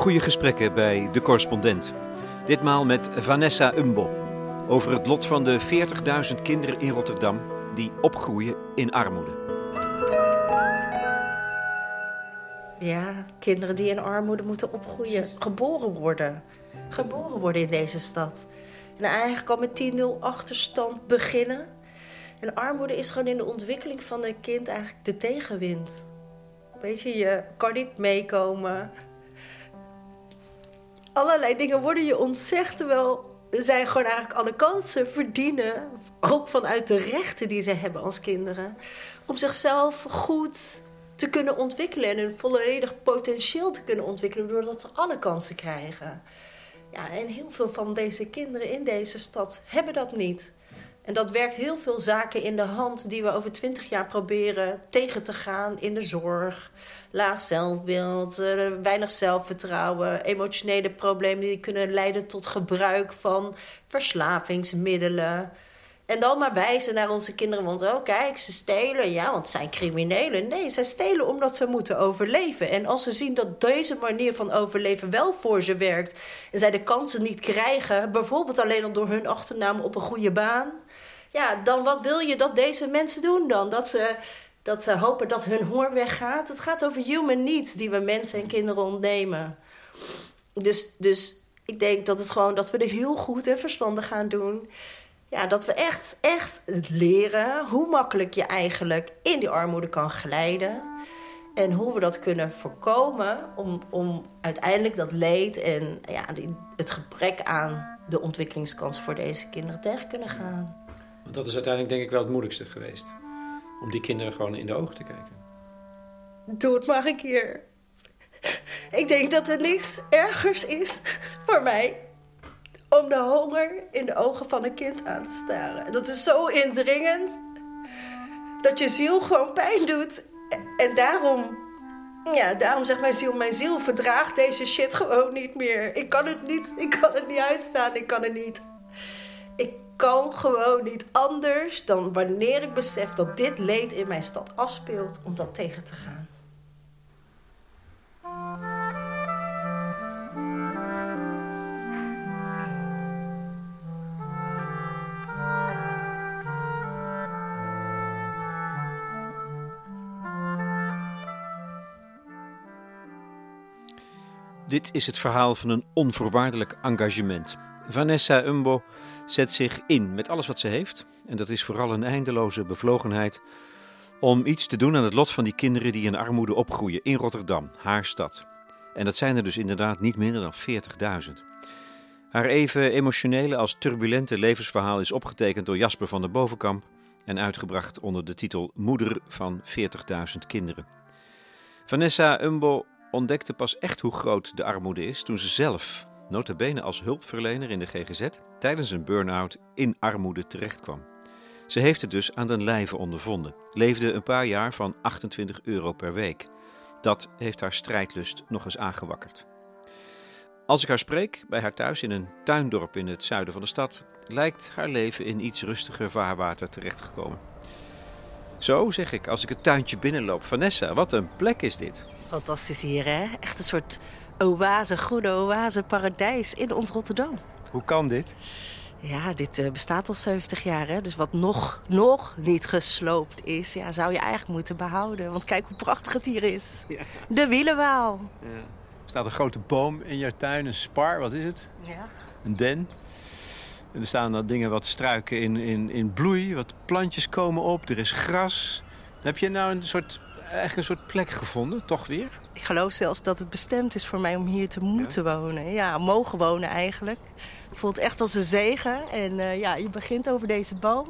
Goede gesprekken bij De Correspondent. Ditmaal met Vanessa Umbo over het lot van de 40.000 kinderen in Rotterdam die opgroeien in armoede. Ja, kinderen die in armoede moeten opgroeien, geboren worden in deze stad. En eigenlijk al met 10-0 achterstand beginnen. En armoede is gewoon in de ontwikkeling van een kind eigenlijk de tegenwind. Weet je kan niet meekomen. Allerlei dingen worden je ontzegd, terwijl zij gewoon eigenlijk alle kansen verdienen, ook vanuit de rechten die ze hebben als kinderen, om zichzelf goed te kunnen ontwikkelen en hun volledig potentieel te kunnen ontwikkelen, doordat ze alle kansen krijgen. Ja, en heel veel van deze kinderen in deze stad hebben dat niet. En dat werkt heel veel zaken in de hand die we over 20 jaar proberen tegen te gaan in de zorg. Laag zelfbeeld, weinig zelfvertrouwen, emotionele problemen die kunnen leiden tot gebruik van verslavingsmiddelen. En dan maar wijzen naar onze kinderen, want oh kijk, ze stelen, ja, want het zijn criminelen. Nee, zij stelen omdat ze moeten overleven. En als ze zien dat deze manier van overleven wel voor ze werkt en zij de kansen niet krijgen, bijvoorbeeld alleen al door hun achternaam op een goede baan, ja, dan wat wil je dat deze mensen doen dan? Dat ze hopen dat hun honger weggaat. Het gaat over human needs die we mensen en kinderen ontnemen. Dus ik denk dat het gewoon dat we er heel goed en verstandig gaan doen. Ja, dat we echt leren hoe makkelijk je eigenlijk in die armoede kan glijden. En hoe we dat kunnen voorkomen om uiteindelijk dat leed en ja, het gebrek aan de ontwikkelingskansen voor deze kinderen tegen kunnen gaan. Want dat is uiteindelijk denk ik wel het moeilijkste geweest. Om die kinderen gewoon in de ogen te kijken. Doe het maar een keer. Ik denk dat er niks ergers is voor mij om de honger in de ogen van een kind aan te staren. Dat is zo indringend dat je ziel gewoon pijn doet. En daarom zegt mijn ziel verdraagt deze shit gewoon niet meer. Ik kan het niet uitstaan, ik kan gewoon niet anders dan wanneer ik besef dat dit leed in mijn stad afspeelt, om dat tegen te gaan. Dit is het verhaal van een onvoorwaardelijk engagement. Vanessa Umbo zet zich in met alles wat ze heeft. En dat is vooral een eindeloze bevlogenheid om iets te doen aan het lot van die kinderen die in armoede opgroeien in Rotterdam, haar stad. En dat zijn er dus inderdaad niet minder dan 40.000. Haar even emotionele als turbulente levensverhaal is opgetekend door Jasper van der Bovenkamp en uitgebracht onder de titel Moeder van 40.000 kinderen. Vanessa Umbo ontdekte pas echt hoe groot de armoede is toen ze zelf, nota bene als hulpverlener in de GGZ, tijdens een burn-out in armoede terechtkwam. Ze heeft het dus aan den lijve ondervonden. Leefde een paar jaar van €28 per week. Dat heeft haar strijdlust nog eens aangewakkerd. Als ik haar spreek, bij haar thuis in een tuindorp in het zuiden van de stad, lijkt haar leven in iets rustiger vaarwater terechtgekomen. Zo zeg ik als ik het tuintje binnenloop. Vanessa, wat een plek is dit. Fantastisch hier, hè? Echt een soort oase, groene oase, paradijs in ons Rotterdam. Hoe kan dit? Ja, dit bestaat al 70 jaar, hè? Dus wat nog niet gesloopt is, ja, zou je eigenlijk moeten behouden. Want kijk hoe prachtig het hier is. Ja. De Wielenwaal. Ja. Er staat een grote boom in jouw tuin, een spar, wat is het? Ja. Een den. En er staan dan dingen, wat struiken in bloei, wat plantjes komen op, er is gras. Heb je nou een soort plek gevonden, toch weer? Ik geloof zelfs dat het bestemd is voor mij om hier te moeten wonen. Ja, mogen wonen eigenlijk. Het voelt echt als een zegen. En je begint over deze boom.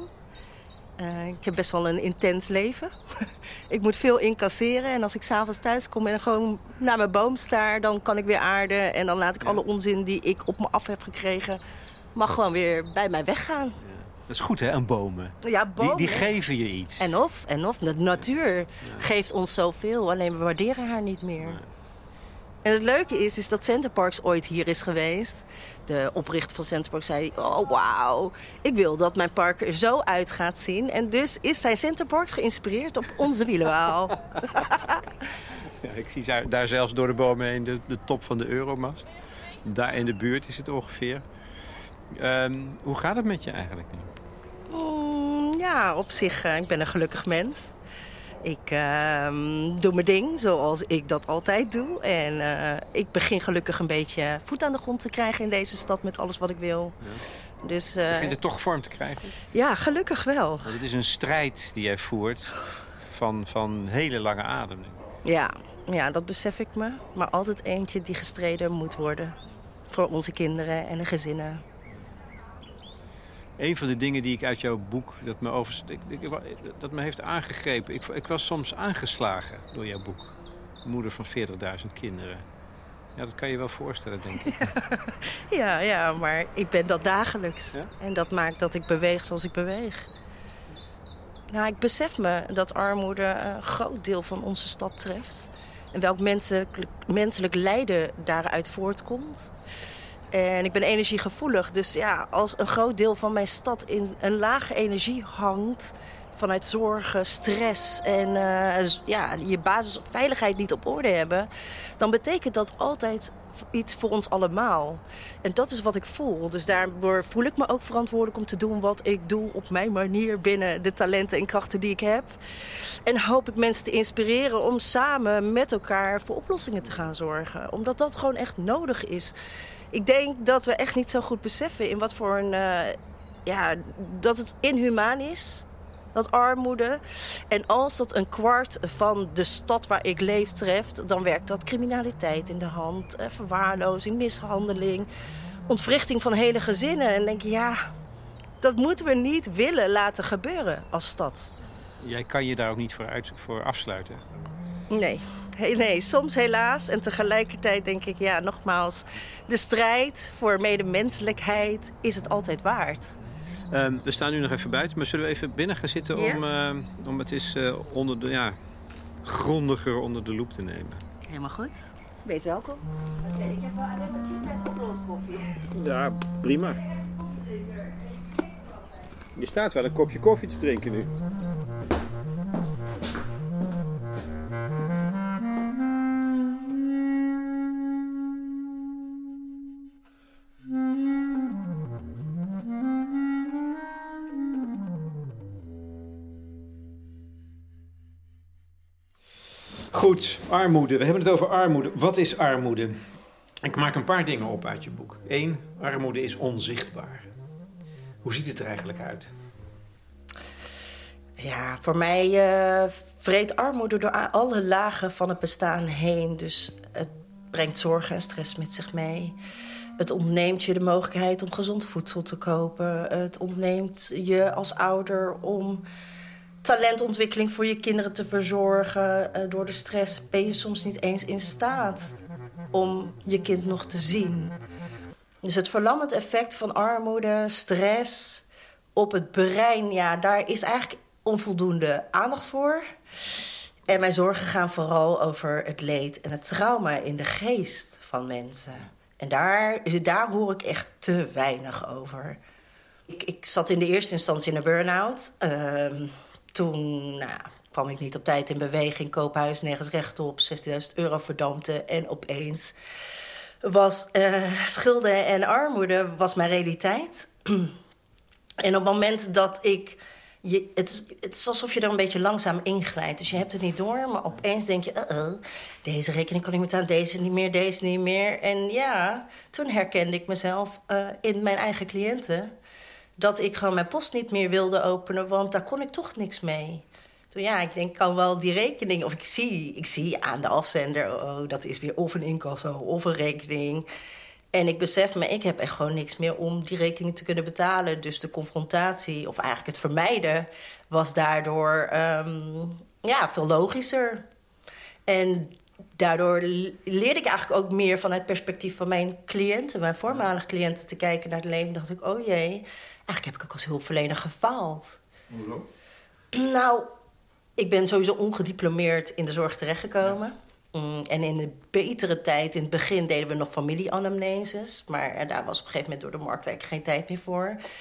Ik heb best wel een intens leven. Ik moet veel incasseren. En als ik 's avonds thuis kom en gewoon naar mijn boom staar, dan kan ik weer aarden. En dan laat ik alle onzin die ik op me af heb gekregen, mag gewoon weer bij mij weggaan. Dat is goed, hè, aan bomen. Ja, bomen. Die geven je iets. En of. De natuur geeft ons zoveel, alleen we waarderen haar niet meer. Nee. En het leuke is dat Centerparks ooit hier is geweest. De oprichter van Centerparks zei, oh wauw, ik wil dat mijn park er zo uit gaat zien. En dus is zijn Centerparks geïnspireerd op onze Wielenwaal. Ja, ik zie daar zelfs door de bomen heen de top van de Euromast. Daar in de buurt is het ongeveer. Hoe gaat het met je eigenlijk nu? Ja, op zich, ik ben een gelukkig mens. Ik doe mijn ding zoals ik dat altijd doe. En ik begin gelukkig een beetje voet aan de grond te krijgen in deze stad met alles wat ik wil. Ja. Dus, begint het toch vorm te krijgen? Ja, gelukkig wel. Want het is een strijd die jij voert van hele lange adem. Ja, dat besef ik me. Maar altijd eentje die gestreden moet worden. Voor onze kinderen en de gezinnen. Een van de dingen die ik uit jouw boek, dat me heeft aangegrepen. Ik was soms aangeslagen door jouw boek. Moeder van 40.000 kinderen. Ja, dat kan je wel voorstellen, denk ik. Ja, maar ik ben dat dagelijks. Ja? En dat maakt dat ik beweeg zoals ik beweeg. Nou, ik besef me dat armoede een groot deel van onze stad treft. En welk menselijk lijden daaruit voortkomt. En ik ben energiegevoelig, dus ja, als een groot deel van mijn stad in een lage energie hangt, vanuit zorgen, stress en je basisveiligheid niet op orde hebben, dan betekent dat altijd iets voor ons allemaal. En dat is wat ik voel. Dus daardoor voel ik me ook verantwoordelijk om te doen wat ik doe op mijn manier binnen de talenten en krachten die ik heb. En hoop ik mensen te inspireren om samen met elkaar voor oplossingen te gaan zorgen. Omdat dat gewoon echt nodig is. Ik denk dat we echt niet zo goed beseffen in wat voor dat het inhumaan is. Dat armoede. En als dat een kwart van de stad waar ik leef treft, dan werkt dat criminaliteit in de hand. Verwaarlozing, mishandeling, ontwrichting van hele gezinnen. En dan denk je, dat moeten we niet willen laten gebeuren als stad. Jij kan je daar ook niet voor afsluiten? Nee, soms helaas. En tegelijkertijd denk ik, nogmaals, de strijd voor medemenselijkheid is het altijd waard. We staan nu nog even buiten, maar zullen we even binnen gaan zitten om het eens grondiger onder de loep te nemen? Helemaal goed. Wees welkom. Oké, ik heb wel alleen maar chipjes oploskoffie. Ja, prima. Je staat wel een kopje koffie te drinken nu. Goed, armoede. We hebben het over armoede. Wat is armoede? Ik maak een paar dingen op uit je boek. 1, armoede is onzichtbaar. Hoe ziet het er eigenlijk uit? Ja, voor mij vreet armoede door alle lagen van het bestaan heen. Dus het brengt zorgen en stress met zich mee. Het ontneemt je de mogelijkheid om gezond voedsel te kopen. Het ontneemt je als ouder om talentontwikkeling voor je kinderen te verzorgen. Door de stress ben je soms niet eens in staat om je kind nog te zien. Dus het verlammend effect van armoede, stress op het brein, daar is eigenlijk onvoldoende aandacht voor. En mijn zorgen gaan vooral over het leed en het trauma in de geest van mensen. En daar hoor ik echt te weinig over. Ik zat in de eerste instantie in een burn-out. Toen kwam ik niet op tijd in beweging. Koophuis, nergens rechtop, €16.000 verdampte. En opeens was schulden en armoede was mijn realiteit. En op het moment dat het is alsof je er een beetje langzaam inglijdt. Dus je hebt het niet door, maar opeens denk je, deze rekening kan ik betalen, deze niet meer. En toen herkende ik mezelf in mijn eigen cliënten dat ik gewoon mijn post niet meer wilde openen, want daar kon ik toch niks mee. Toen ik denk, ik kan wel die rekening, of ik zie aan de afzender, dat is weer of een incasso of een rekening. En ik besef me, ik heb echt gewoon niks meer om die rekening te kunnen betalen. Dus de confrontatie, of eigenlijk het vermijden, was daardoor veel logischer. En daardoor leerde ik eigenlijk ook meer van het perspectief van mijn cliënten, mijn voormalige cliënten, te kijken naar het leven. Dacht ik, oh jee, eigenlijk heb ik ook als hulpverlener gefaald. Hoezo? Nou, ik ben sowieso ongediplomeerd in de zorg terechtgekomen. Ja. En in de betere tijd, in het begin, deden we nog familieanamneses. Maar daar was op een gegeven moment door de marktwerker geen tijd meer voor.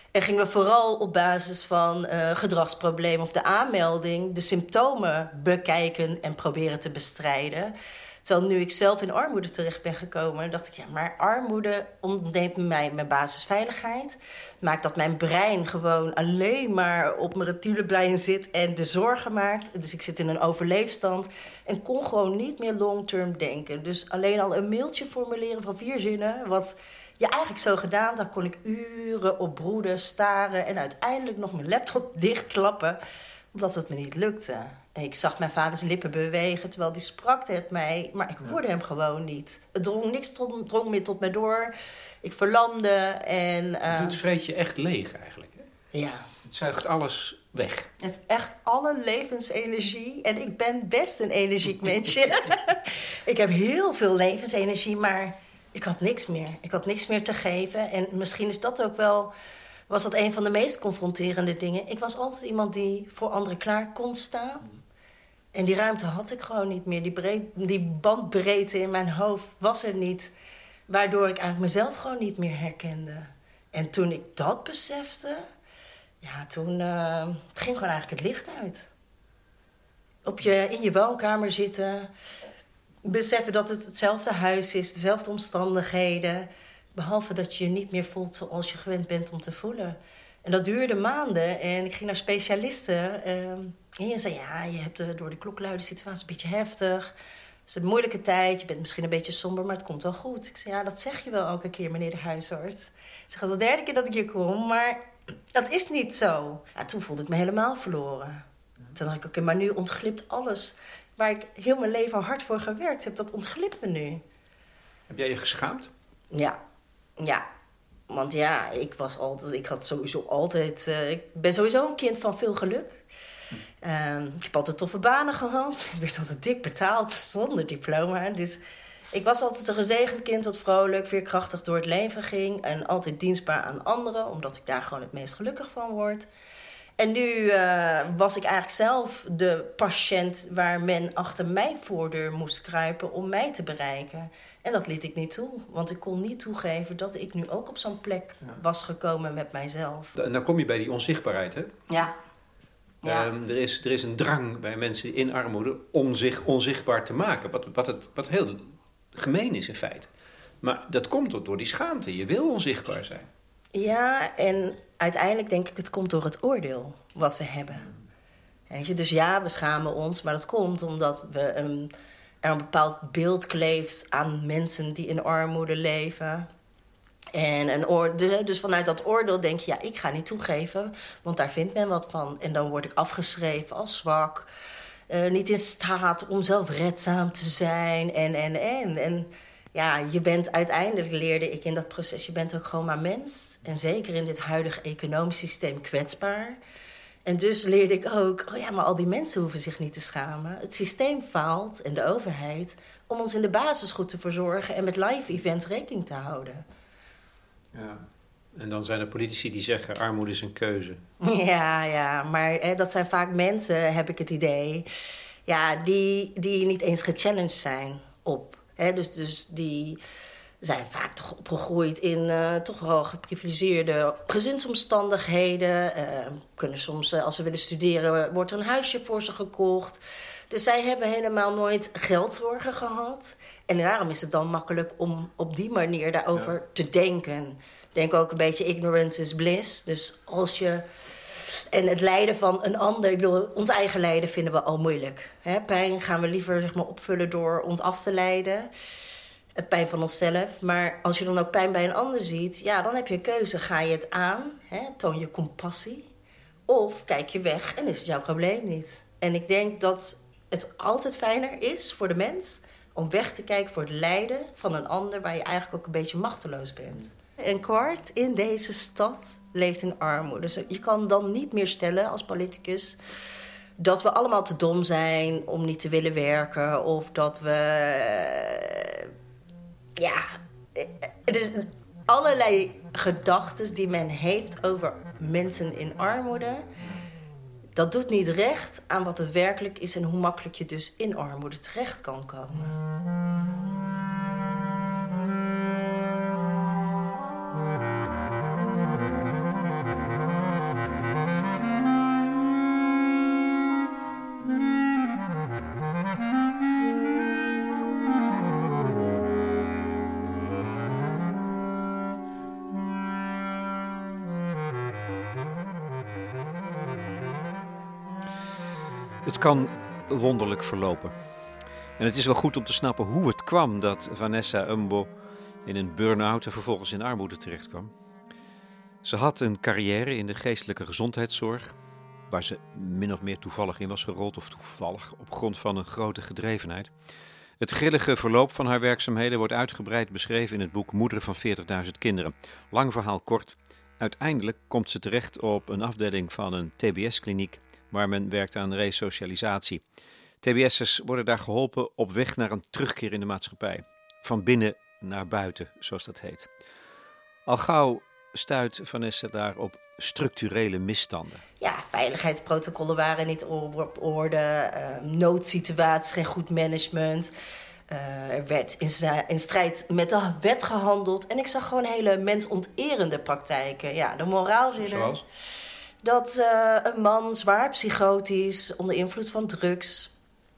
En gingen we vooral op basis van gedragsprobleem of de aanmelding de symptomen bekijken en proberen te bestrijden. Terwijl nu ik zelf in armoede terecht ben gekomen, dacht ik, ja, maar armoede ontneemt mij mijn basisveiligheid. Maakt dat mijn brein gewoon alleen maar op mijn retielenbrein zit en de zorgen maakt. Dus ik zit in een overleefstand en kon gewoon niet meer long-term denken. Dus alleen al een mailtje formuleren van 4 zinnen, wat je eigenlijk zo gedaan, daar kon ik uren op broeden, staren en uiteindelijk nog mijn laptop dichtklappen, omdat het me niet lukte. Ik zag mijn vaders lippen bewegen terwijl die sprak tegen mij, maar ik hoorde hem gewoon niet. Het drong meer tot mij door. Ik verlamde en... Het vreet je echt leeg eigenlijk, hè? Ja. Het zuigt alles weg. Het is echt alle levensenergie. En ik ben best een energiek mensje. Ik heb heel veel levensenergie, maar ik had niks meer. Ik had niks meer te geven. En misschien is dat ook wel... was dat een van de meest confronterende dingen. Ik was altijd iemand die voor anderen klaar kon staan. En die ruimte had ik gewoon niet meer. Die bandbreedte in mijn hoofd was er niet. Waardoor ik eigenlijk mezelf gewoon niet meer herkende. En toen ik dat besefte... ja, toen ging gewoon eigenlijk het licht uit. In je woonkamer zitten... beseffen dat het hetzelfde huis is, dezelfde omstandigheden... behalve dat je je niet meer voelt zoals je gewend bent om te voelen. En dat duurde maanden en ik ging naar specialisten... en je zei, ja, je hebt door de klokluide situatie een beetje heftig. Het is een moeilijke tijd, je bent misschien een beetje somber, maar het komt wel goed. Ik zei, ja, dat zeg je wel elke keer, meneer de huisarts. Ik zeg, dat is de 3e keer dat ik hier kom, maar dat is niet zo. Ja, toen voelde ik me helemaal verloren. Toen dacht ik, oké, maar nu ontglipt alles waar ik heel mijn leven hard voor gewerkt heb. Dat ontglipt me nu. Heb jij je geschaamd? Ja. Want ja, ik ben sowieso een kind van veel geluk. Ik heb altijd toffe banen gehad. Ik werd altijd dik betaald, zonder diploma. Dus ik was altijd een gezegend kind dat vrolijk, veerkrachtig door het leven ging. En altijd dienstbaar aan anderen, omdat ik daar gewoon het meest gelukkig van word. En nu was ik eigenlijk zelf de patiënt waar men achter mijn voordeur moest kruipen om mij te bereiken. En dat liet ik niet toe, want ik kon niet toegeven dat ik nu ook op zo'n plek was gekomen met mijzelf. En dan kom je bij die onzichtbaarheid, hè? Ja. Er is een drang bij mensen in armoede om zich onzichtbaar te maken. Wat heel gemeen is in feite. Maar dat komt door die schaamte. Je wil onzichtbaar zijn. Ja, en uiteindelijk denk ik het komt door het oordeel wat we hebben. Weet je? Dus ja, we schamen ons, maar dat komt omdat er een bepaald beeld kleeft aan mensen die in armoede leven. En dus vanuit dat oordeel denk je, ja, ik ga niet toegeven, want daar vindt men wat van. En dan word ik afgeschreven als zwak, niet in staat om zelfredzaam te zijn en ja, je bent uiteindelijk, leerde ik in dat proces, je bent ook gewoon maar mens. En zeker in dit huidige economisch systeem kwetsbaar. En dus leerde ik ook, oh ja, maar al die mensen hoeven zich niet te schamen. Het systeem faalt en de overheid om ons in de basis goed te verzorgen en met live events rekening te houden. Ja, en dan zijn er politici die zeggen, armoede is een keuze. Ja, maar dat zijn vaak mensen, heb ik het idee, ja, die niet eens gechallenged zijn op. Dus die zijn vaak toch opgegroeid in toch wel geprivilegeerde gezinsomstandigheden. Kunnen soms, als ze willen studeren, wordt er een huisje voor ze gekocht. Dus zij hebben helemaal nooit geldzorgen gehad. En daarom is het dan makkelijk om op die manier daarover te denken. Ik denk ook een beetje ignorance is bliss. Dus als je... En het lijden van een ander, ik bedoel, ons eigen lijden vinden we al moeilijk. Pijn gaan we liever, zeg maar, opvullen door ons af te leiden. Het pijn van onszelf. Maar als je dan ook pijn bij een ander ziet, ja, dan heb je een keuze. Ga je het aan, toon je compassie, of kijk je weg en is het jouw probleem niet. En ik denk dat het altijd fijner is voor de mens om weg te kijken voor het lijden van een ander waar je eigenlijk ook een beetje machteloos bent. Een kwart in deze stad leeft in armoede. Dus je kan dan niet meer stellen als politicus dat we allemaal te dom zijn om niet te willen werken. Of dat we... allerlei gedachten die men heeft over mensen in armoede, dat doet niet recht aan wat het werkelijk is en hoe makkelijk je dus in armoede terecht kan komen. Het kan wonderlijk verlopen. En het is wel goed om te snappen hoe het kwam dat Vanessa Umbo in een burn-out en vervolgens in armoede terechtkwam. Ze had een carrière in de geestelijke gezondheidszorg, waar ze min of meer toevallig in was gerold, of toevallig op grond van een grote gedrevenheid. Het grillige verloop van haar werkzaamheden wordt uitgebreid beschreven in het boek Moeder van 40.000 kinderen. Lang verhaal kort. Uiteindelijk komt ze terecht op een afdeling van een TBS-kliniek waar men werkt aan resocialisatie. TBS'ers worden daar geholpen op weg naar een terugkeer in de maatschappij. Van binnen naar buiten, zoals dat heet. Al gauw stuit Vanessa daar op structurele misstanden. Ja, veiligheidsprotocollen waren niet op orde, noodsituaties, geen goed management. Er werd in strijd met de wet gehandeld. En ik zag gewoon hele mensonterende praktijken. Ja, de moraalridder. Zoals? Dat een man zwaar psychotisch, onder invloed van drugs,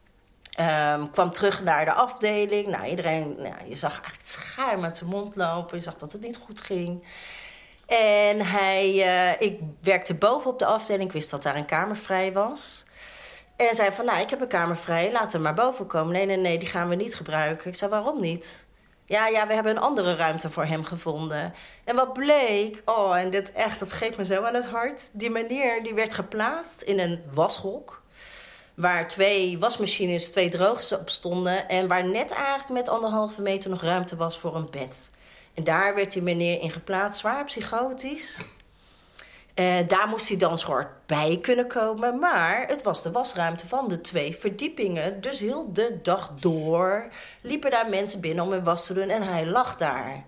kwam terug naar de afdeling. Nou, iedereen, je zag eigenlijk het schuim uit zijn mond lopen. Je zag dat het niet goed ging. En ik werkte boven op de afdeling. Ik wist dat daar een kamer vrij was. En zei van, ik heb een kamer vrij. Laat hem maar boven komen. Nee, die gaan we niet gebruiken. Ik zei, waarom niet? Ja, we hebben een andere ruimte voor hem gevonden. En wat bleek? En dat greep me zo aan het hart. Die meneer die werd geplaatst in een washok, waar 2 wasmachines, 2 drogers op stonden, en waar net eigenlijk met 1,5 meter nog ruimte was voor een bed. En daar werd die meneer in geplaatst, zwaar psychotisch. Daar moest hij dan schort bij kunnen komen. Maar het was de wasruimte van de 2 verdiepingen. Dus heel de dag door liepen daar mensen binnen om hun was te doen. En hij lag daar.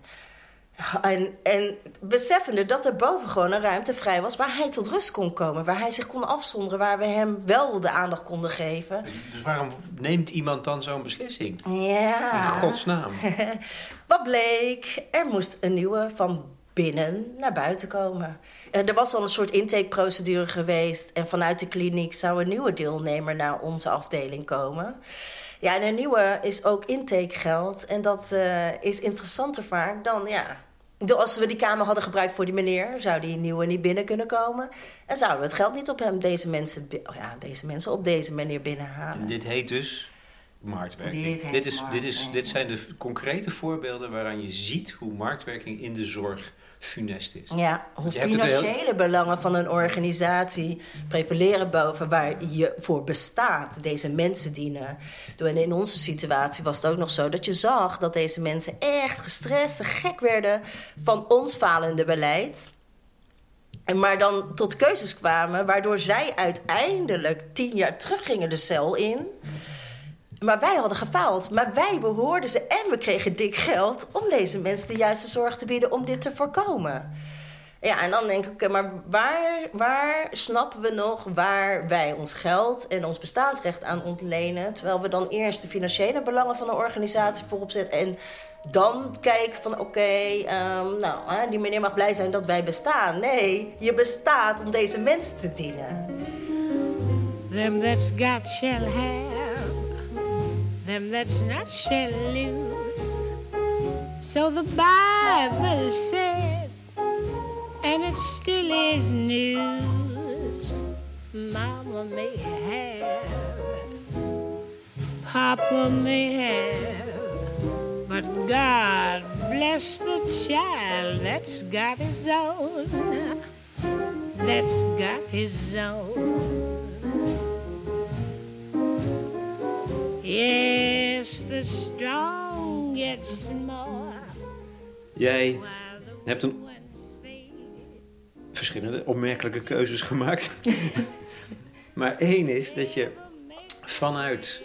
En beseffende dat er boven gewoon een ruimte vrij was waar hij tot rust kon komen. Waar hij zich kon afzonderen. Waar we hem wel de aandacht konden geven. Dus waarom neemt iemand dan zo'n beslissing? Ja. In godsnaam. Wat bleek? Er moest een nieuwe van binnen naar buiten komen. Er was al een soort intakeprocedure geweest. En vanuit de kliniek zou een nieuwe deelnemer naar onze afdeling komen. Ja, en een nieuwe is ook intakegeld. En dat is interessanter vaak dan, als we die kamer hadden gebruikt voor die meneer, zou die nieuwe niet binnen kunnen komen. En zouden we het geld niet op deze mensen op deze manier binnenhalen. En dit heet dus marktwerking. Dit zijn de concrete voorbeelden waaraan je ziet hoe marktwerking in de zorg funest is. Ja, hoe financiële belangen van een organisatie prevaleren boven waar je voor bestaat. Deze mensen dienen. En in onze situatie was het ook nog zo dat je zag dat deze mensen echt gestrest en gek werden van ons falende beleid. Maar dan tot keuzes kwamen waardoor zij uiteindelijk 10 jaar terug gingen de cel in. Maar wij hadden gefaald. Maar wij behoorden ze en we kregen dik geld om deze mensen de juiste zorg te bieden om dit te voorkomen. Ja, en dan denk ik, maar waar snappen we nog waar wij ons geld en ons bestaansrecht aan ontlenen, terwijl we dan eerst de financiële belangen van de organisatie voorop zetten en dan kijken van die meneer mag blij zijn dat wij bestaan. Nee, je bestaat om deze mensen te dienen. Them that's got shall have. Them that's not shall lose. So the Bible said, and it still is news. Mama may have, Papa may have, but God bless the child that's got his own. That's got his own. Yes, the strong get small. Jij hebt een verschillende opmerkelijke keuzes gemaakt. Maar één is dat je vanuit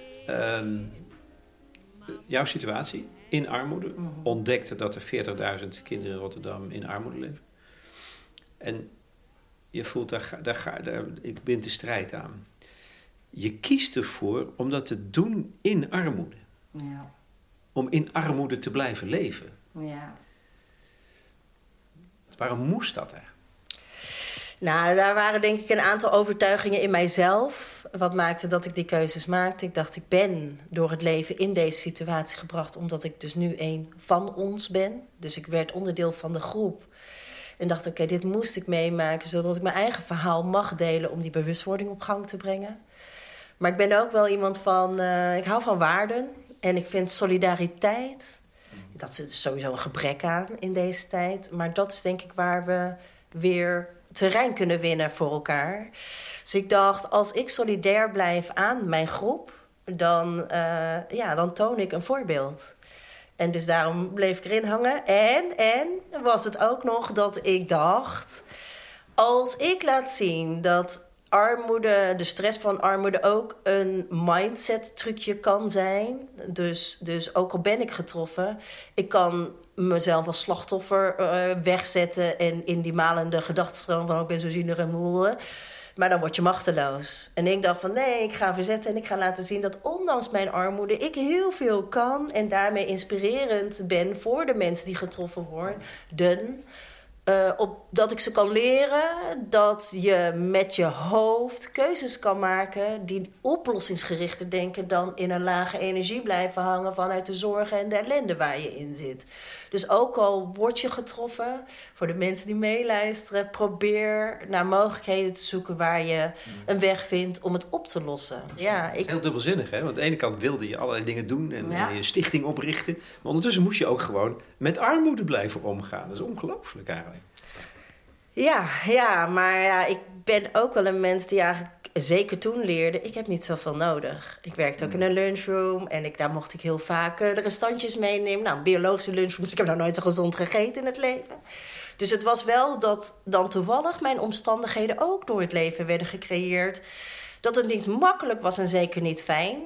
jouw situatie in armoede ontdekte dat er 40.000 kinderen in Rotterdam in armoede leven. En je voelt, ik bind de strijd aan. Je kiest ervoor om dat te doen in armoede. Ja. Om in armoede te blijven leven. Ja. Waarom moest dat er? Nou, daar waren denk ik een aantal overtuigingen in mijzelf. Wat maakte dat ik die keuzes maakte. Ik dacht, ik ben door het leven in deze situatie gebracht, omdat ik dus nu een van ons ben. Dus ik werd onderdeel van de groep. En dacht, oké, dit moest ik meemaken, zodat ik mijn eigen verhaal mag delen om die bewustwording op gang te brengen. Maar ik ben ook wel iemand van... ik hou van waarden. En ik vind solidariteit... Dat is sowieso een gebrek aan in deze tijd. Maar dat is denk ik waar we weer terrein kunnen winnen voor elkaar. Dus ik dacht, als ik solidair blijf aan mijn groep... dan toon ik een voorbeeld. En dus daarom bleef ik erin hangen. En was het ook nog dat ik dacht... als ik laat zien dat armoede, de stress van armoede... ook een mindset-trucje kan zijn. Dus ook al ben ik getroffen... ik kan mezelf als slachtoffer wegzetten... en in die malende gedachtenstroom van... ik ben zo zielig en moe. Maar dan word je machteloos. En ik dacht van nee, ik ga verzetten en ik ga laten zien... dat ondanks mijn armoede ik heel veel kan... en daarmee inspirerend ben voor de mensen die getroffen worden... dat ik ze kan leren dat je met je hoofd keuzes kan maken... die oplossingsgerichter denken dan in een lage energie blijven hangen... vanuit de zorgen en de ellende waar je in zit. Dus ook al word je getroffen, voor de mensen die meeluisteren... probeer naar mogelijkheden te zoeken waar je een weg vindt om het op te lossen. Ja, Het is heel dubbelzinnig, hè? Want aan de ene kant wilde je allerlei dingen doen en je stichting oprichten. Maar ondertussen moest je ook gewoon met armoede blijven omgaan. Dat is ongelooflijk eigenlijk. Ja, maar ik ben ook wel een mens die eigenlijk zeker toen leerde... ik heb niet zoveel nodig. Ik werkte ook in een lunchroom en daar mocht ik heel vaak de restantjes meenemen. Nou, een biologische lunchroom, dus ik heb nou nooit zo gezond gegeten in het leven. Dus het was wel dat dan toevallig mijn omstandigheden ook door het leven werden gecreëerd. Dat het niet makkelijk was en zeker niet fijn.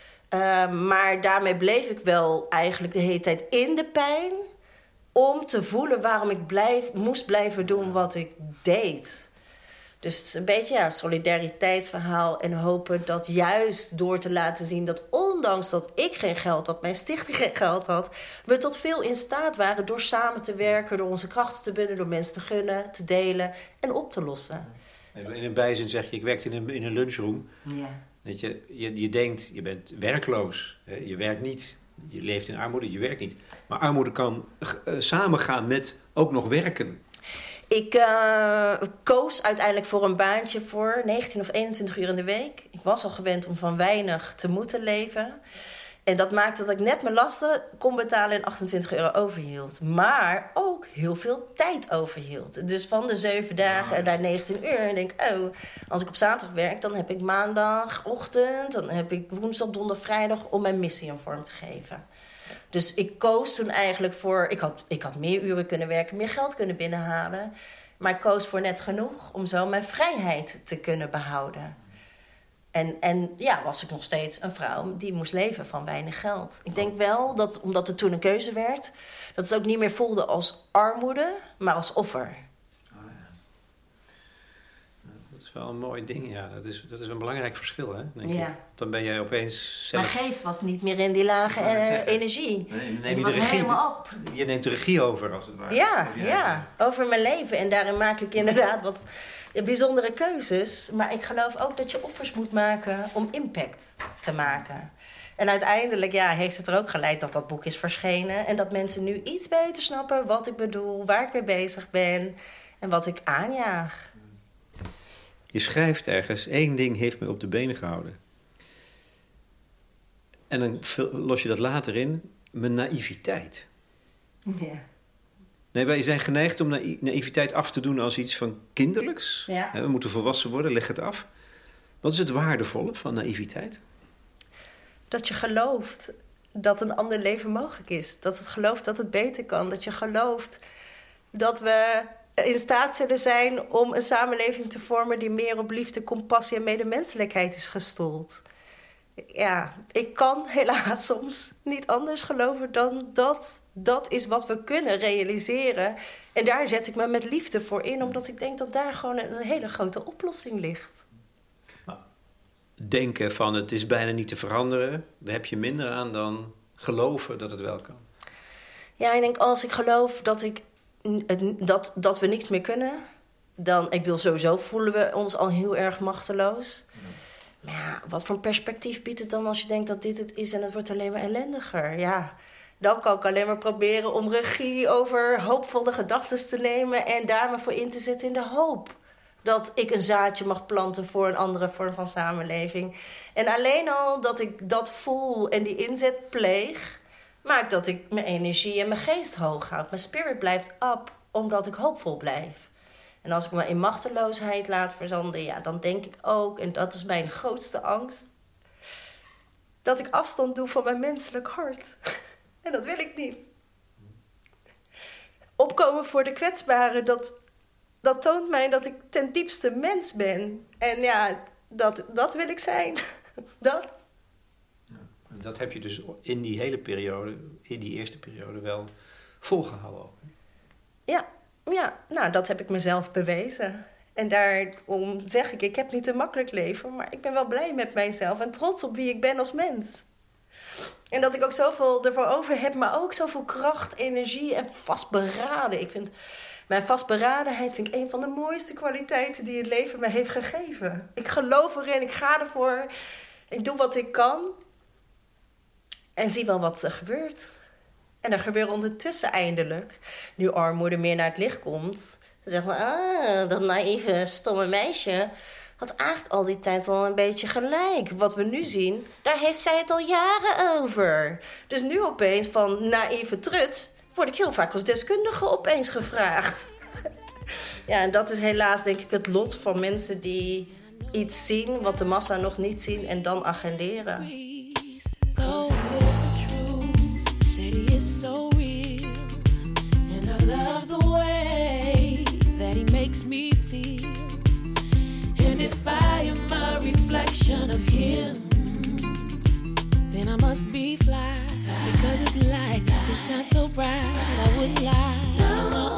Maar daarmee bleef ik wel eigenlijk de hele tijd in de pijn... om te voelen waarom ik moest blijven doen wat ik deed. Dus het is een beetje een solidariteitsverhaal... en hopen dat juist door te laten zien... dat ondanks dat ik geen geld had, mijn stichting geen geld had... we tot veel in staat waren door samen te werken... door onze krachten te bundelen, door mensen te gunnen, te delen en op te lossen. In een bijzin zeg je, ik werkte in een lunchroom. Ja. Weet je denkt, je bent werkloos. Hè? Je werkt niet. Je leeft in armoede, je werkt niet. Maar armoede kan samengaan met ook nog werken. Ik koos uiteindelijk voor een baantje voor 19 of 21 uur in de week. Ik was al gewend om van weinig te moeten leven. En dat maakte dat ik net mijn lasten kon betalen en €28 overhield. Maar ook heel veel tijd overhield. Dus van de 7 dagen naar 19 uur. En denk als ik op zaterdag werk, dan heb ik maandagochtend... dan heb ik woensdag, donderdag, vrijdag om mijn missie een vorm te geven. Dus ik koos toen eigenlijk voor... Ik had meer uren kunnen werken, meer geld kunnen binnenhalen. Maar ik koos voor net genoeg om zo mijn vrijheid te kunnen behouden. En was ik nog steeds een vrouw die moest leven van weinig geld. Ik denk wel dat, omdat het toen een keuze werd... dat het ook niet meer voelde als armoede, maar als offer. Dat is wel een mooi ding, ja. Dat is een belangrijk verschil, hè? Denk Ja. ik. Dan ben jij opeens zelf... Mijn geest was niet meer in die lage energie. Nee, die was helemaal op. Je neemt de regie over, als het ware. Ja, over mijn leven. En daarin maak ik inderdaad wat bijzondere keuzes. Maar ik geloof ook dat je offers moet maken om impact te maken. En uiteindelijk heeft het er ook geleid dat dat boek is verschenen. En dat mensen nu iets beter snappen wat ik bedoel, waar ik mee bezig ben en wat ik aanjaag. Je schrijft ergens, 1 ding heeft me op de benen gehouden. En dan los je dat later in, mijn naïviteit. Ja. Nee, wij zijn geneigd om naïviteit af te doen als iets van kinderlijks. Ja. We moeten volwassen worden, leg het af. Wat is het waardevolle van naïviteit? Dat je gelooft dat een ander leven mogelijk is. Dat het gelooft dat het beter kan. Dat je gelooft dat we in staat zullen zijn om een samenleving te vormen die meer op liefde, compassie en medemenselijkheid is gestoeld. Ja, ik kan helaas soms niet anders geloven dan dat is wat we kunnen realiseren. En daar zet ik me met liefde voor in, omdat ik denk dat daar gewoon een hele grote oplossing ligt. Denken van het is bijna niet te veranderen, daar heb je minder aan dan geloven dat het wel kan. Ja, ik denk als ik geloof dat we niks meer kunnen, dan, ik bedoel, sowieso voelen we ons al heel erg machteloos. Maar ja, wat voor een perspectief biedt het dan als je denkt dat dit het is en het wordt alleen maar ellendiger? Ja, dan kan ik alleen maar proberen om regie over hoopvolle gedachten te nemen en daar me voor in te zetten in de hoop. Dat ik een zaadje mag planten voor een andere vorm van samenleving. En alleen al dat ik dat voel en die inzet pleeg, maakt dat ik mijn energie en mijn geest hoog houd. Mijn spirit blijft up, omdat ik hoopvol blijf. En als ik me in machteloosheid laat verzanden, ja, dan denk ik ook, en dat is mijn grootste angst, dat ik afstand doe van mijn menselijk hart. En dat wil ik niet. Opkomen voor de kwetsbaren, dat toont mij dat ik ten diepste mens ben. En ja, dat wil ik zijn. Dat. Dat heb je dus in die hele periode, in die eerste periode, wel volgehouden ook. Ja, nou, dat heb ik mezelf bewezen. En daarom zeg ik heb niet een makkelijk leven, maar ik ben wel blij met mijzelf en trots op wie ik ben als mens. En dat ik ook zoveel ervoor over heb, maar ook zoveel kracht, energie en vastberaden. Ik vind mijn vastberadenheid vind ik een van de mooiste kwaliteiten die het leven me heeft gegeven. Ik geloof erin, ik ga ervoor, ik doe wat ik kan en zie wel wat er gebeurt. En er gebeurt ondertussen eindelijk, nu armoede meer naar het licht komt. Ze zeggen, dat naïeve, stomme meisje had eigenlijk al die tijd al een beetje gelijk. Wat we nu zien, daar heeft zij het al jaren over. Dus nu opeens van naïeve trut word ik heel vaak als deskundige opeens gevraagd. Ja, en dat is helaas denk ik het lot van mensen die iets zien wat de massa nog niet zien en dan agenderen. So real, and I love the way that he makes me feel. And if I am a reflection of him, then I must be fly, because his light it shines so bright. I wouldn't lie. No.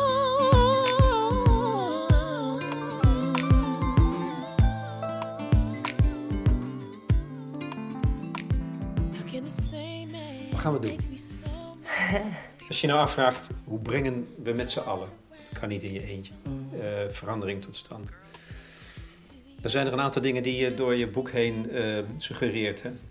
How can the same man? Wat gaan we doen? Als je nou afvraagt, hoe brengen we met z'n allen, het kan niet in je eentje, verandering tot stand. Dan zijn er een aantal dingen die je door je boek heen suggereert. Hè?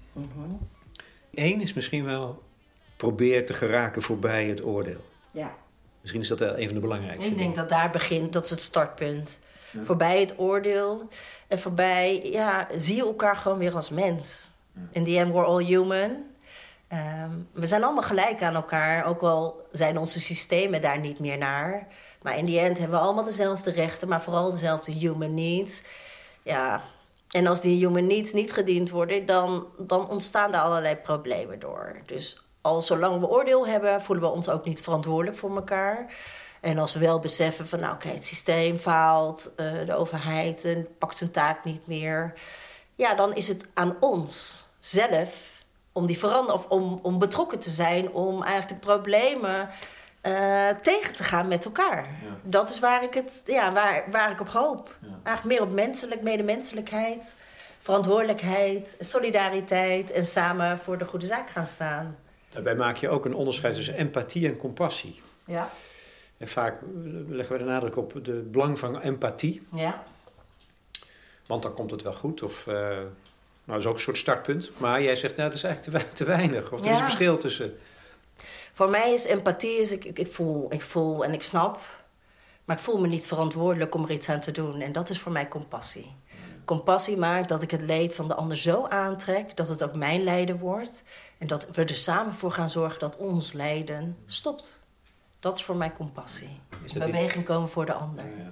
Eén is misschien wel, probeer te geraken voorbij het oordeel. Ja. Misschien is dat wel een van de belangrijkste Ik denk dat daar begint, dat is het startpunt. Ja. Voorbij het oordeel en voorbij, zie je elkaar gewoon weer als mens. Ja. In the end, we're all human. We zijn allemaal gelijk aan elkaar, ook al zijn onze systemen daar niet meer naar. Maar in the end hebben we allemaal dezelfde rechten, maar vooral dezelfde human needs. Ja, en als die human needs niet gediend worden, dan ontstaan er allerlei problemen door. Dus al zolang we oordeel hebben, voelen we ons ook niet verantwoordelijk voor elkaar. En als we wel beseffen van, het systeem faalt, de overheid pakt zijn taak niet meer. Ja, dan is het aan ons zelf om die om betrokken te zijn, om eigenlijk de problemen tegen te gaan met elkaar. Ja. Dat is waar ik op hoop. Ja. Eigenlijk meer op medemenselijkheid, verantwoordelijkheid, solidariteit en samen voor de goede zaak gaan staan. Daarbij maak je ook een onderscheid tussen empathie en compassie. Ja. En vaak leggen we de nadruk op het belang van empathie. Ja. Want dan komt het wel goed. Of, dat is ook een soort startpunt. Maar jij zegt, dat is eigenlijk te weinig. Of er is een verschil tussen. Voor mij is empathie, ik voel en ik snap. Maar ik voel me niet verantwoordelijk om er iets aan te doen. En dat is voor mij compassie. Compassie maakt dat ik het leed van de ander zo aantrek, dat het ook mijn lijden wordt. En dat we er samen voor gaan zorgen dat ons lijden stopt. Dat is voor mij compassie. Beweging komen voor de ander. Ja.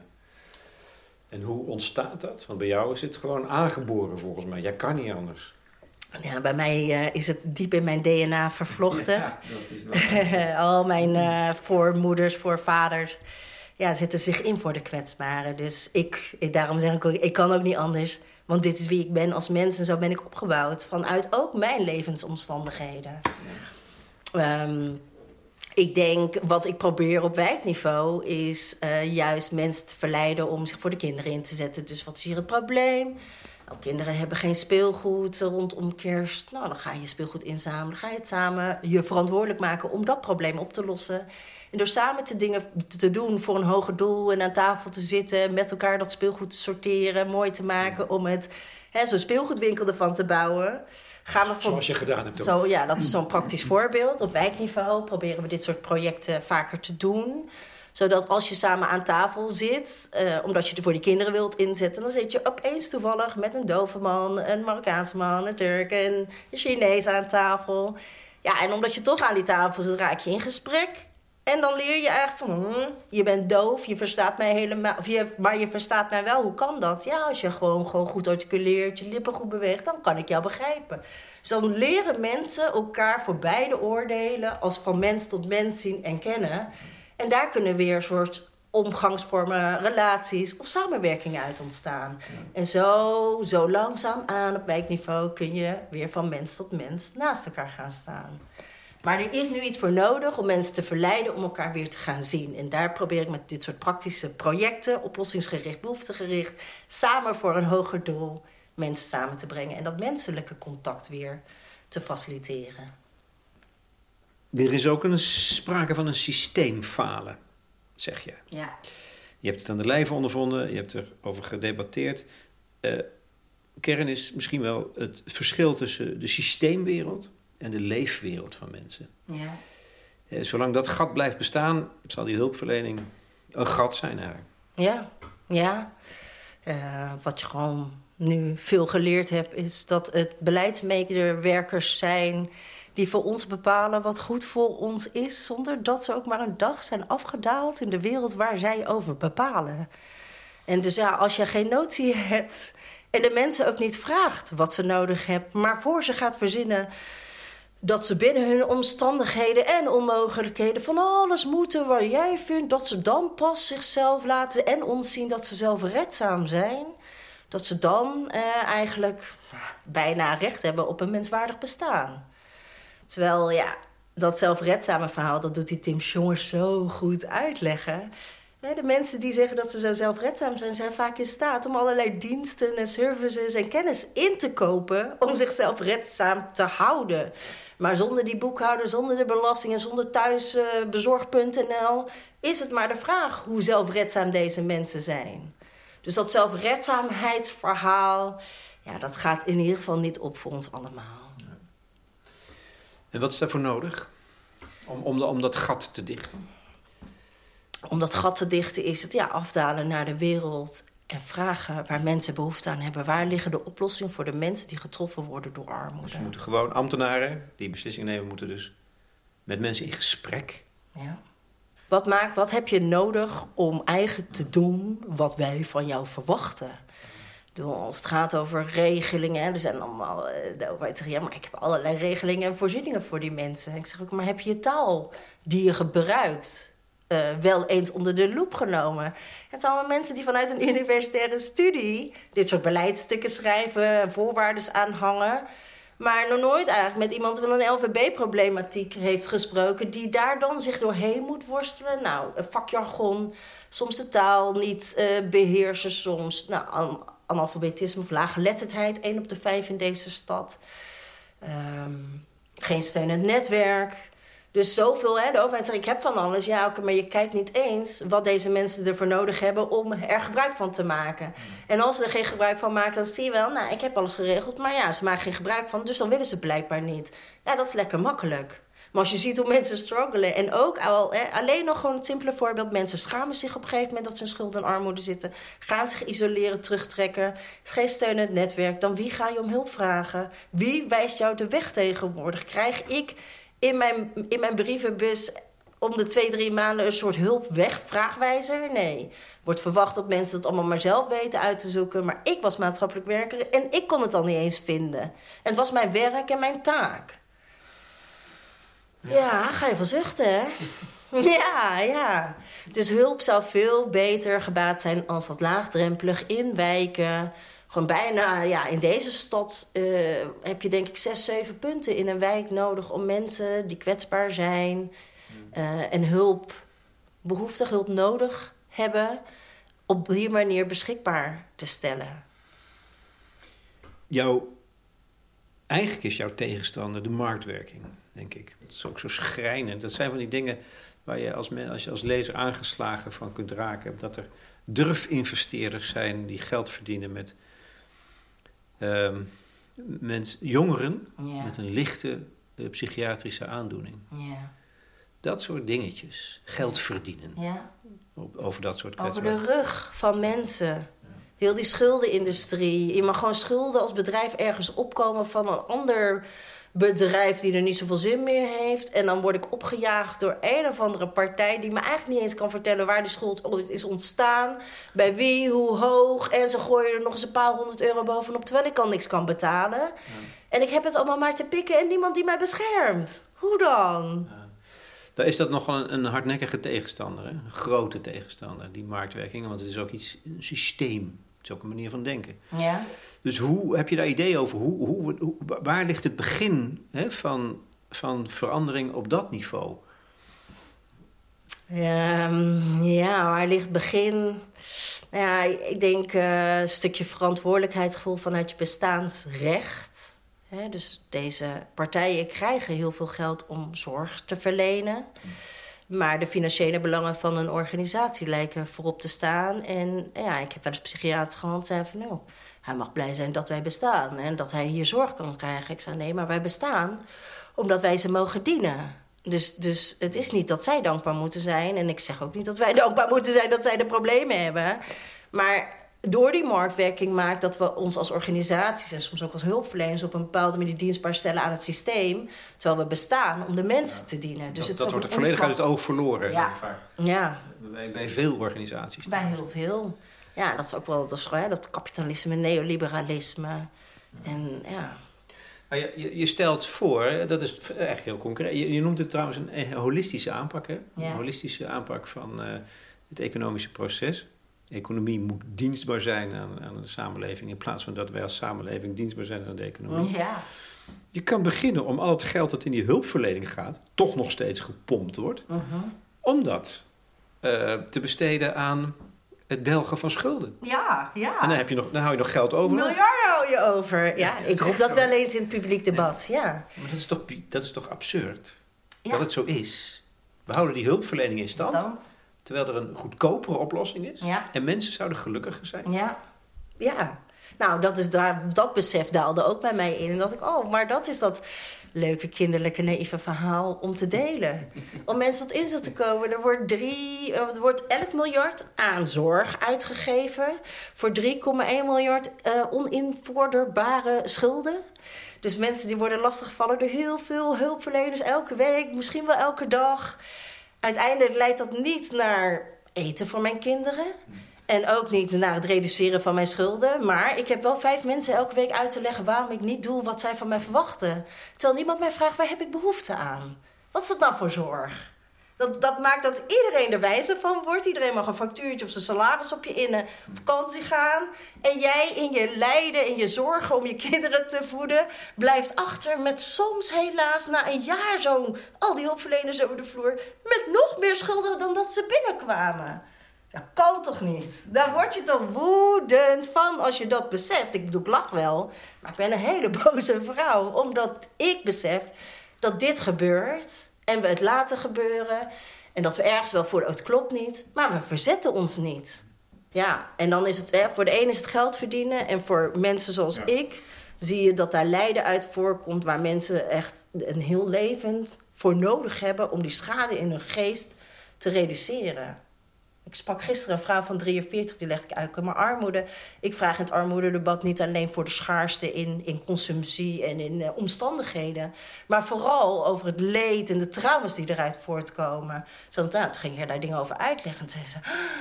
En hoe ontstaat dat? Want bij jou is het gewoon aangeboren volgens mij. Jij kan niet anders. Ja, bij mij is het diep in mijn DNA vervlochten. Ja, dat is al mijn voormoeders, voorvaders zetten zich in voor de kwetsbaren. Dus daarom zeg ik ook, ik kan ook niet anders. Want dit is wie ik ben als mens en zo ben ik opgebouwd. Vanuit ook mijn levensomstandigheden. Ja. Ik denk, wat ik probeer op wijkniveau is juist mensen te verleiden om zich voor de kinderen in te zetten. Dus wat is hier het probleem? Nou, kinderen hebben geen speelgoed rondom kerst. Nou, dan ga je speelgoed inzamelen. Dan ga je het samen je verantwoordelijk maken om dat probleem op te lossen. En door samen dingen te doen voor een hoger doel en aan tafel te zitten, met elkaar dat speelgoed te sorteren, mooi te maken, om zo'n speelgoedwinkel ervan te bouwen. Zoals je gedaan hebt. Dat is zo'n praktisch voorbeeld. Op wijkniveau proberen we dit soort projecten vaker te doen. Zodat als je samen aan tafel zit, omdat je er voor die kinderen wilt inzetten, dan zit je opeens toevallig met een dove man, een Marokkaanse man, een Turk en een Chinees aan tafel. Ja, en omdat je toch aan die tafel zit, raak je in gesprek. En dan leer je eigenlijk van, je bent doof, je verstaat mij helemaal, maar je verstaat mij wel. Hoe kan dat? Ja, als je gewoon goed articuleert, je lippen goed beweegt, dan kan ik jou begrijpen. Dus dan leren mensen elkaar voorbij de oordelen als van mens tot mens zien en kennen. En daar kunnen weer een soort omgangsvormen, relaties of samenwerkingen uit ontstaan. En zo langzaamaan op wijkniveau kun je weer van mens tot mens naast elkaar gaan staan. Maar er is nu iets voor nodig om mensen te verleiden om elkaar weer te gaan zien. En daar probeer ik met dit soort praktische projecten, oplossingsgericht, behoeftegericht, samen voor een hoger doel mensen samen te brengen. En dat menselijke contact weer te faciliteren. Er is ook sprake van een systeemfalen, zeg je. Ja. Je hebt het aan de lijve ondervonden, je hebt erover gedebatteerd. Kern is misschien wel het verschil tussen de systeemwereld en de leefwereld van mensen. Ja. Zolang dat gat blijft bestaan, zal die hulpverlening een gat zijn eigenlijk. Ja. Wat je gewoon nu veel geleerd hebt, is dat het beleidsmedewerkers zijn die voor ons bepalen wat goed voor ons is, zonder dat ze ook maar een dag zijn afgedaald in de wereld waar zij over bepalen. En dus ja, als je geen notie hebt en de mensen ook niet vraagt wat ze nodig hebben, maar voor ze gaat verzinnen dat ze binnen hun omstandigheden en onmogelijkheden van alles moeten waar jij vindt, dat ze dan pas zichzelf laten en ons zien dat ze zelfredzaam zijn, dat ze dan eigenlijk bijna recht hebben op een menswaardig bestaan. Terwijl, ja, dat zelfredzame verhaal, dat doet die Tim Jongens zo goed uitleggen. De mensen die zeggen dat ze zo zelfredzaam zijn, zijn vaak in staat om allerlei diensten en services en kennis in te kopen om zichzelf redzaam te houden. Maar zonder die boekhouder, zonder de belastingen, zonder thuisbezorg.nl is het maar de vraag hoe zelfredzaam deze mensen zijn. Dus dat zelfredzaamheidsverhaal, ja, dat gaat in ieder geval niet op voor ons allemaal. En wat is daarvoor nodig om dat gat te dichten? Om dat gat te dichten is het afdalen naar de wereld en vragen waar mensen behoefte aan hebben. Waar liggen de oplossingen voor de mensen die getroffen worden door armoede? Dus moeten gewoon ambtenaren die beslissingen nemen, moeten dus met mensen in gesprek. Ja. Wat heb je nodig om eigenlijk te doen wat wij van jou verwachten? Als het gaat over regelingen, er zijn allemaal de overheid zegt, ja, maar ik heb allerlei regelingen en voorzieningen voor die mensen. En ik zeg ook, maar heb je taal die je gebruikt wel eens onder de loep genomen? Het zijn allemaal mensen die vanuit een universitaire studie dit soort beleidsstukken schrijven, voorwaarden aanhangen, maar nog nooit eigenlijk met iemand van een LVB-problematiek heeft gesproken, die daar dan zich doorheen moet worstelen. Nou, vakjargon, soms de taal niet beheersen, soms analfabetisme of laaggeletterdheid, 1 op de 5 in deze stad. Geen steunend netwerk. Dus zoveel, de overheid zegt, ik heb van alles. Ja, oké, maar je kijkt niet eens wat deze mensen ervoor nodig hebben om er gebruik van te maken. En als ze er geen gebruik van maken, dan zie je wel, nou, ik heb alles geregeld, maar ja, ze maken geen gebruik van, dus dan willen ze blijkbaar niet. Ja, dat is lekker makkelijk. Maar als je ziet hoe mensen struggelen en ook alleen nog gewoon het simpele voorbeeld, mensen schamen zich op een gegeven moment dat ze in schuld en armoede zitten, gaan zich isoleren, terugtrekken, geen steunend netwerk, dan wie ga je om hulp vragen? Wie wijst jou de weg tegenwoordig? Krijg ik in mijn brievenbus om de 2-3 maanden een soort hulpweg, vraagwijzer? Nee. Wordt verwacht dat mensen het allemaal maar zelf weten uit te zoeken. Maar ik was maatschappelijk werker en ik kon het al niet eens vinden. En het was mijn werk en mijn taak. Ja, ga je van zuchten, hè? Ja. Dus hulp zou veel beter gebaat zijn als dat laagdrempelig in wijken. Gewoon bijna, in deze stad heb je denk ik 6-7 punten in een wijk nodig om mensen die kwetsbaar zijn en behoeftig hulp nodig hebben, op die manier beschikbaar te stellen. Eigenlijk is jouw tegenstander de marktwerking, denk ik. Dat is ook zo schrijnend. Dat zijn van die dingen waar je als je als lezer aangeslagen van kunt raken. Dat er durfinvesteerders zijn die geld verdienen met jongeren met een lichte psychiatrische aandoening. Ja. Dat soort dingetjes. Geld verdienen. Ja. Over dat soort Over kwetsbaarheden. de rug van mensen. Heel die schuldenindustrie. Je mag gewoon schulden als bedrijf ergens opkomen van een ander bedrijf die er niet zoveel zin meer heeft. En dan word ik opgejaagd door een of andere partij die me eigenlijk niet eens kan vertellen waar die schuld ooit is ontstaan. Bij wie, hoe hoog. En ze gooien er nog eens een paar €100 bovenop terwijl ik al niks kan betalen. Ja. En ik heb het allemaal maar te pikken en niemand die mij beschermt. Hoe dan? Ja. Daar is dat nogal een hardnekkige tegenstander, hè? Een grote tegenstander, die marktwerking. Want het is ook een systeem. Het is ook een manier van denken. Ja. Dus hoe heb je daar idee over? Waar ligt het begin, hè, van verandering op dat niveau? Ja, waar ligt het begin? Ja, ik denk een stukje verantwoordelijkheidsgevoel vanuit je bestaansrecht. Dus deze partijen krijgen heel veel geld om zorg te verlenen. Maar de financiële belangen van een organisatie lijken voorop te staan. En ja, ik heb wel eens psychiaters gehad die zeiden van... nou, hij mag blij zijn dat wij bestaan en dat hij hier zorg kan krijgen. Ik zei, nee, maar wij bestaan omdat wij ze mogen dienen. Dus het is niet dat zij dankbaar moeten zijn. En ik zeg ook niet dat wij dankbaar moeten zijn dat zij de problemen hebben. Maar door die marktwerking maakt dat we ons als organisaties... en soms ook als hulpverleners op een bepaalde manier dienstbaar stellen aan het systeem. Terwijl we bestaan om de mensen te dienen. Dus dat wordt volledig uit het oog verloren. Ja. Bij veel organisaties. Bij heel veel. Ja, dat is ook wel dat kapitalisme, neoliberalisme. En ja... Je stelt voor, dat is echt heel concreet. Je noemt het trouwens een holistische aanpak. Hè? Ja. Een holistische aanpak van het economische proces. De economie moet dienstbaar zijn aan de samenleving... in plaats van dat wij als samenleving dienstbaar zijn aan de economie. Ja. Je kan beginnen om al het geld dat in die hulpverlening gaat... toch nog steeds gepompt wordt... om dat te besteden aan het delgen van schulden. Ja. En dan hou je nog geld over. Miljarden hou je over. Ja, ik roep dat wel eens in het publiek debat. Ja. Maar dat is toch absurd? Ja. Dat het zo is. We houden die hulpverlening in stand. Terwijl er een goedkopere oplossing is. Ja. En mensen zouden gelukkiger zijn. Ja. Nou, dat besef daalde ook bij mij in. En dat ik, maar dat is dat leuke, kinderlijke, naïeve verhaal om te delen. Om mensen tot inzicht te komen. Er wordt 11 miljard aan zorg uitgegeven. Voor 3,1 miljard oninvorderbare schulden. Dus mensen die worden lastiggevallen door heel veel hulpverleners elke week. Misschien wel elke dag. Uiteindelijk leidt dat niet naar eten voor mijn kinderen. En ook niet naar het reduceren van mijn schulden. Maar ik heb wel 5 mensen elke week uit te leggen waarom ik niet doe wat zij van mij verwachten. Terwijl niemand mij vraagt, waar heb ik behoefte aan? Wat is dat nou voor zorg? Dat maakt dat iedereen er wijzer van wordt. Iedereen mag een factuurtje of zijn salaris op je in vakantie gaan. En jij in je lijden, in je zorgen om je kinderen te voeden... blijft achter met soms helaas na een jaar al die hulpverleners over de vloer... met nog meer schulden dan dat ze binnenkwamen. Dat kan toch niet? Daar word je toch woedend van als je dat beseft. Ik bedoel, ik lach wel, maar ik ben een hele boze vrouw. Omdat ik besef dat dit gebeurt en we het laten gebeuren. En dat we ergens wel voor het klopt niet, maar we verzetten ons niet. Ja, en dan is het, voor de ene is het geld verdienen. En voor mensen zoals ik zie je dat daar lijden uit voorkomt... waar mensen echt een heel leven voor nodig hebben om die schade in hun geest te reduceren. Ik sprak gisteren een vrouw van 43, die legde ik uit. Maar armoede, ik vraag in het armoededebat niet alleen voor de schaarste in consumptie en in omstandigheden. Maar vooral over het leed en de trauma's die eruit voortkomen. Toen ging je daar dingen over uitleggen. En zei ze,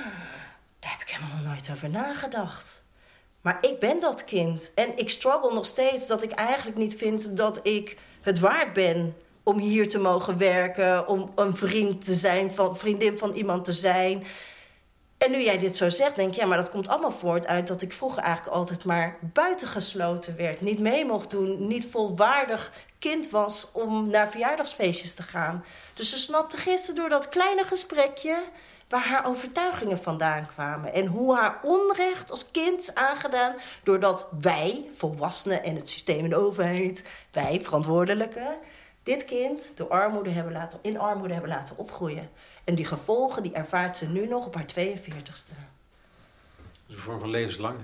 daar heb ik helemaal nog nooit over nagedacht. Maar ik ben dat kind. En ik struggle nog steeds dat ik eigenlijk niet vind dat ik het waard ben om hier te mogen werken, om een vriend te zijn, vriendin van iemand te zijn. En nu jij dit zo zegt, denk ik, ja, maar dat komt allemaal voort uit dat ik vroeger eigenlijk altijd maar buitengesloten werd. Niet mee mocht doen, niet volwaardig kind was om naar verjaardagsfeestjes te gaan. Dus ze snapte gisteren door dat kleine gesprekje waar haar overtuigingen vandaan kwamen. En hoe haar onrecht als kind is aangedaan doordat wij, volwassenen en het systeem en de overheid, wij, verantwoordelijken, dit kind in armoede hebben laten opgroeien. En die gevolgen, die ervaart ze nu nog op haar 42e. Dat is een vorm van levenslang.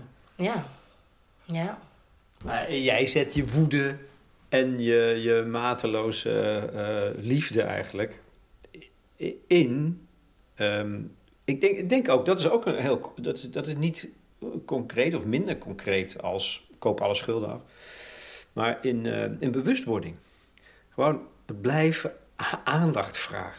Ja. Maar jij zet je woede en je mateloze liefde eigenlijk in... Ik denk ook, dat is ook een heel... Dat is niet concreet of minder concreet als koop alle schulden af. Maar in bewustwording. Gewoon blijven aandacht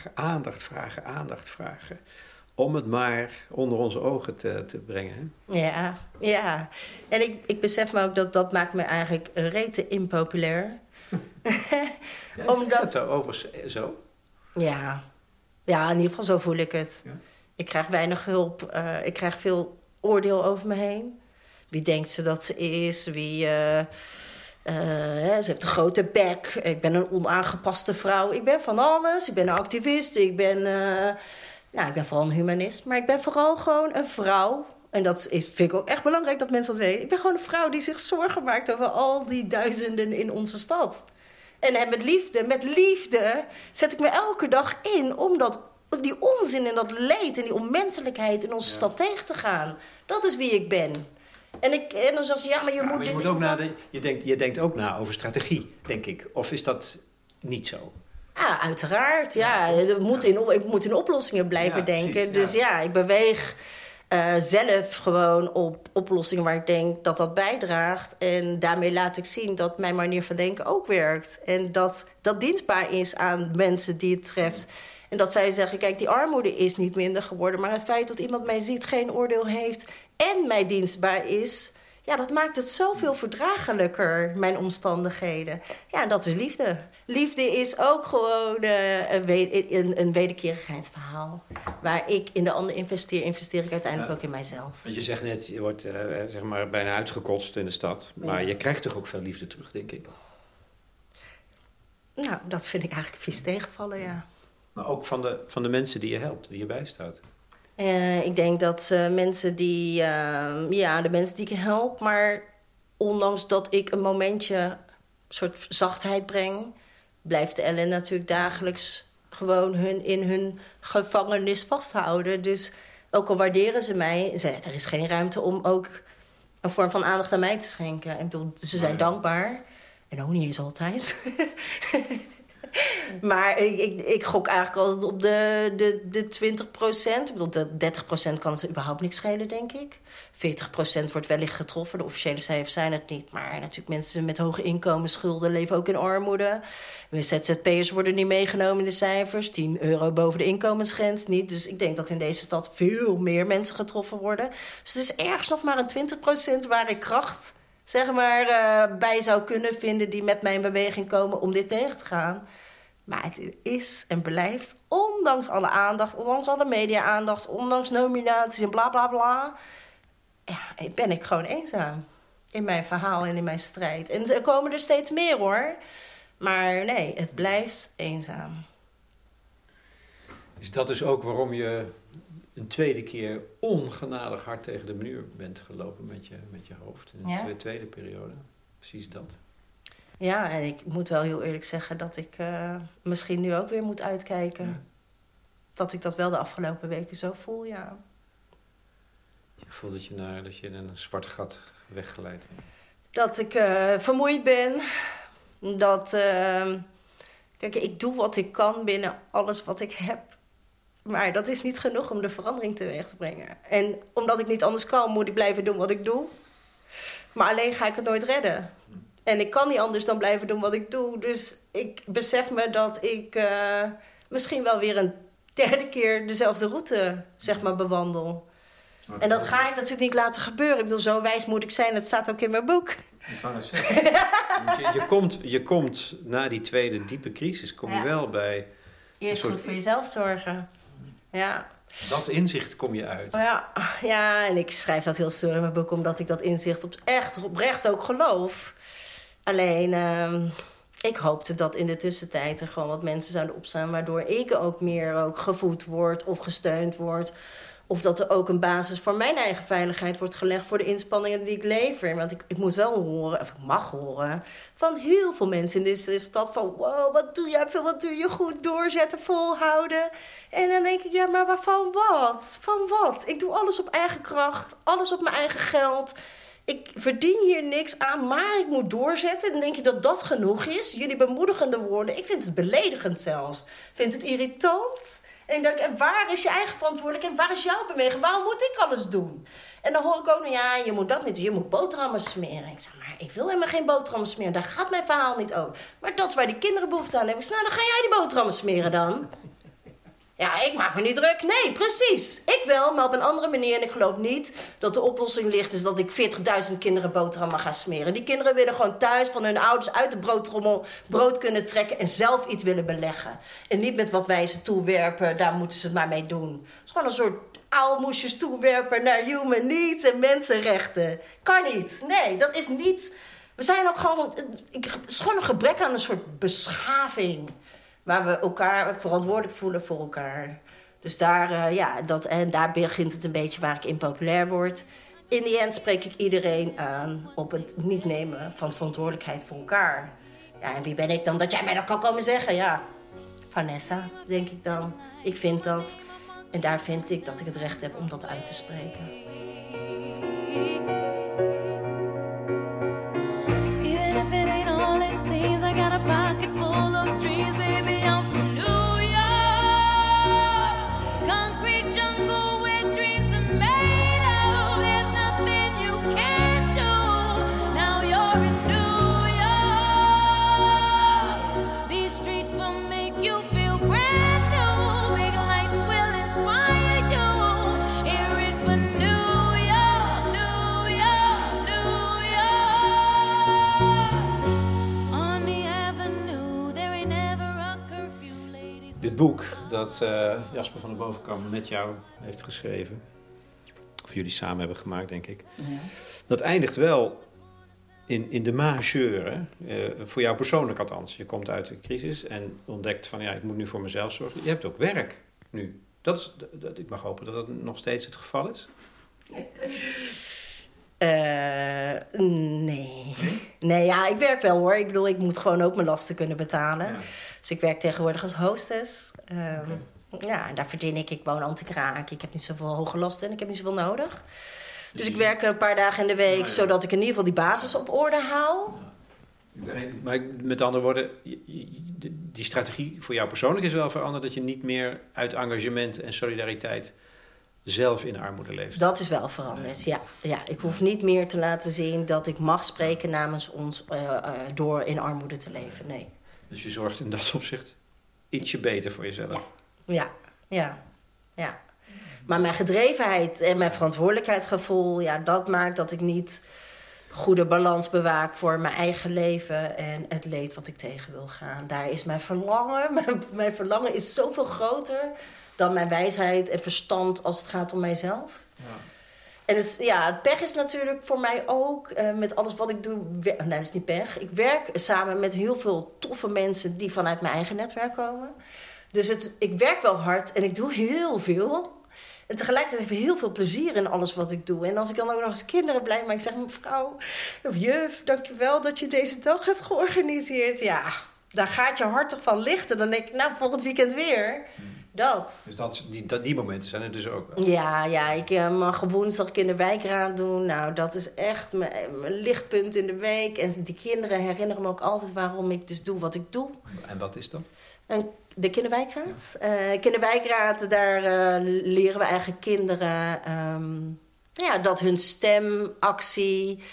vragen. Om het maar onder onze ogen te brengen. Hè? Ja. En ik besef me ook dat maakt me eigenlijk rete impopulair. Is dat zo? Ja, in ieder geval zo voel ik het. Ja. Ik krijg weinig hulp. Ik krijg veel oordeel over me heen. Wie denkt ze dat ze is? Ze heeft een grote bek. Ik ben een onaangepaste vrouw. Ik ben van alles. Ik ben een activist. Ik ben vooral een humanist. Maar ik ben vooral gewoon een vrouw. En dat vind ik ook echt belangrijk dat mensen dat weten. Ik ben gewoon een vrouw die zich zorgen maakt over al die duizenden in onze stad. En met liefde zet ik me elke dag in om die onzin en dat leed en die onmenselijkheid in onze stad tegen te gaan. Dat is wie ik ben. En dan zeg je, maar je moet ook je denkt ook na over strategie, denk ik. Of is dat niet zo? Ja, uiteraard. Ja. Ik moet in oplossingen blijven denken. Precies, dus ik beweeg zelf gewoon op oplossingen waar ik denk dat bijdraagt. En daarmee laat ik zien dat mijn manier van denken ook werkt. En dat dienstbaar is aan mensen die het treft. En dat zij zeggen, kijk, die armoede is niet minder geworden. Maar het feit dat iemand mij ziet, geen oordeel heeft en mij dienstbaar is... Ja, dat maakt het zoveel verdraaglijker, mijn omstandigheden. Ja, en dat is liefde. Liefde is ook gewoon een wederkerigheidsverhaal. Waar ik in de ander investeer ik uiteindelijk ook in mijzelf. Want je zegt net, je wordt bijna uitgekotst in de stad. Maar je krijgt toch ook veel liefde terug, denk ik? Nou, dat vind ik eigenlijk vies tegenvallen, ja. Maar ook van de mensen die je helpt, die je bijstaat. Ik denk dat mensen de mensen die ik help... maar ondanks dat ik een momentje een soort zachtheid breng... blijft Ellen natuurlijk dagelijks gewoon in hun gevangenis vasthouden. Dus ook al waarderen ze mij... er is geen ruimte om ook een vorm van aandacht aan mij te schenken. Ik bedoel, ze zijn dankbaar. En ook niet eens altijd. Maar ik gok eigenlijk altijd op de 20%. Ik bedoel, de 30% kan het überhaupt niks schelen, denk ik. 40% wordt wellicht getroffen. De officiële cijfers zijn het niet. Maar natuurlijk mensen met hoge inkomensschulden leven ook in armoede. ZZP'ers worden niet meegenomen in de cijfers. €10 boven de inkomensgrens niet. Dus ik denk dat in deze stad veel meer mensen getroffen worden. Dus het is ergens nog maar een 20% waar ik kracht... bij zou kunnen vinden die met mijn beweging komen om dit tegen te gaan. Maar het is en blijft, ondanks alle aandacht, ondanks alle media-aandacht, ondanks nominaties en bla bla bla, ben ik gewoon eenzaam in mijn verhaal en in mijn strijd. En er komen er steeds meer hoor, maar nee, het blijft eenzaam. Is dat dus ook waarom je een tweede keer ongenadig hard tegen de muur bent gelopen met je hoofd in de tweede periode? Precies dat. Ja, en ik moet wel heel eerlijk zeggen dat ik misschien nu ook weer moet uitkijken. Ja. Dat ik dat wel de afgelopen weken zo voel, ja. Je voelt dat je in een zwart gat weggeleid wordt? Dat ik vermoeid ben. Kijk, ik doe wat ik kan binnen alles wat ik heb. Maar dat is niet genoeg om de verandering teweeg te brengen. En omdat ik niet anders kan, moet ik blijven doen wat ik doe. Maar alleen ga ik het nooit redden. En ik kan niet anders dan blijven doen wat ik doe. Dus ik besef me dat ik misschien wel weer een derde keer dezelfde route bewandel. Okay. En dat ga ik natuurlijk niet laten gebeuren. Ik bedoel, zo wijs moet ik zijn. Dat staat ook in mijn boek. Ik kan het zeggen. je komt na die tweede diepe crisis, kom je wel bij... Eerst goed voor jezelf zorgen. Ja. Dat inzicht kom je uit. Ja, en ik schrijf dat heel stoer in mijn boek... omdat ik dat inzicht oprecht ook geloof. Alleen, ik hoopte dat in de tussentijd... er gewoon wat mensen zouden opstaan... waardoor ik ook meer gevoed word of gesteund word... of dat er ook een basis voor mijn eigen veiligheid wordt gelegd... voor de inspanningen die ik lever. Want ik moet wel horen, of ik mag horen... van heel veel mensen in deze stad van... wow, wat doe jij veel, wat doe je goed, doorzetten, volhouden. En dan denk ik, ja, maar van wat? Van wat? Ik doe alles op eigen kracht, alles op mijn eigen geld... Ik verdien hier niks aan, maar ik moet doorzetten. Dan denk je dat dat genoeg is. Jullie bemoedigende woorden. Ik vind het beledigend zelfs. Ik vind het irritant. En ik denk, en waar is je eigen verantwoordelijkheid? En waar is jouw beweging? Waarom moet ik alles doen? En dan hoor ik ook, je moet dat niet doen. Je moet boterhammen smeren. Ik zeg, maar ik wil helemaal geen boterhammen smeren. Daar gaat mijn verhaal niet over. Maar dat is waar die kinderen behoefte aan hebben. Ik zeg, nou, dan ga jij die boterhammen smeren dan. Ja, ik maak me niet druk. Nee, precies. Ik wel, maar op een andere manier. En ik geloof niet dat de oplossing ligt... is dat ik 40.000 kinderen boterhammen ga smeren. Die kinderen willen gewoon thuis van hun ouders uit de broodtrommel... brood kunnen trekken en zelf iets willen beleggen. En niet met wat wij ze toewerpen, daar moeten ze het maar mee doen. Het is gewoon een soort aalmoesjes toewerpen naar human needs en mensenrechten. Kan niet. Nee, dat is niet... We zijn ook gewoon... Het is gewoon een gebrek aan een soort beschaving... waar we elkaar verantwoordelijk voelen voor elkaar. Dus daar, daar begint het een beetje waar ik impopulair word. In die end spreek ik iedereen aan op het niet nemen van verantwoordelijkheid voor elkaar. Ja, en wie ben ik dan dat jij mij dat kan komen zeggen? Ja, Vanessa, denk ik dan. Ik vind dat. En daar vind ik dat ik het recht heb om dat uit te spreken. Even if it ain't all it seems, I got a pocket full of dreams, baby. I'm from New York, concrete jungle where dreams are made of. There's nothing you can't do. Now you're in New York. These streets will make you feel brand new. Big lights will inspire you. Hear it for New York, New York, New York. On the avenue, there ain't never a curfew, ladies. Dit boek dat Jasper van der Bovenkamp met jou heeft geschreven... of jullie samen hebben gemaakt, denk ik... Ja. dat eindigt wel in de majeure, voor jou persoonlijk althans. Je komt uit de crisis en ontdekt van... ik moet nu voor mezelf zorgen. Je hebt ook werk nu. Ik mag hopen dat dat nog steeds het geval is. Nee. Nee, ja, ik werk wel hoor. Ik bedoel, ik moet gewoon ook mijn lasten kunnen betalen. Ja. Dus ik werk tegenwoordig als hostess. Ja, en daar verdien ik. Ik woon anti-kraak. Ik heb niet zoveel hoge lasten en ik heb niet zoveel nodig. Dus ik werk een paar dagen in de week... zodat ik in ieder geval die basis op orde hou. Maar met andere woorden, die strategie voor jou persoonlijk is wel veranderd... dat je niet meer uit engagement en solidariteit zelf in armoede leeft. Dat is wel veranderd, ja. Ik hoef niet meer te laten zien dat ik mag spreken namens ons... door in armoede te leven, nee. Dus je zorgt in dat opzicht ietsje beter voor jezelf. Ja. Maar mijn gedrevenheid en mijn verantwoordelijkheidsgevoel... ja, dat maakt dat ik niet goede balans bewaak voor mijn eigen leven... en het leed wat ik tegen wil gaan. Daar is mijn verlangen. Mijn verlangen is zoveel groter dan mijn wijsheid en verstand... als het gaat om mijzelf. Ja. En het pech is natuurlijk voor mij ook, met alles wat ik doe... Nee, dat is niet pech. Ik werk samen met heel veel toffe mensen die vanuit mijn eigen netwerk komen. Dus ik werk wel hard en ik doe heel veel... En tegelijkertijd heb ik heel veel plezier in alles wat ik doe. En als ik dan ook nog eens kinderen blij maak... ik zeg, mevrouw of juf, dankjewel dat je deze dag hebt georganiseerd. Ja, daar gaat je hart toch van lichten. Dan denk ik, nou, volgend weekend weer. Dat. Dus die momenten zijn er dus ook wel. Ja, ik mag woensdag kinderwijkraad doen. Nou, dat is echt mijn lichtpunt in de week. En die kinderen herinneren me ook altijd waarom ik dus doe wat ik doe. En wat is dat? De kinderwijkraad. Kinderwijkraad, daar leren we eigenlijk kinderen... dat hun stem, actie,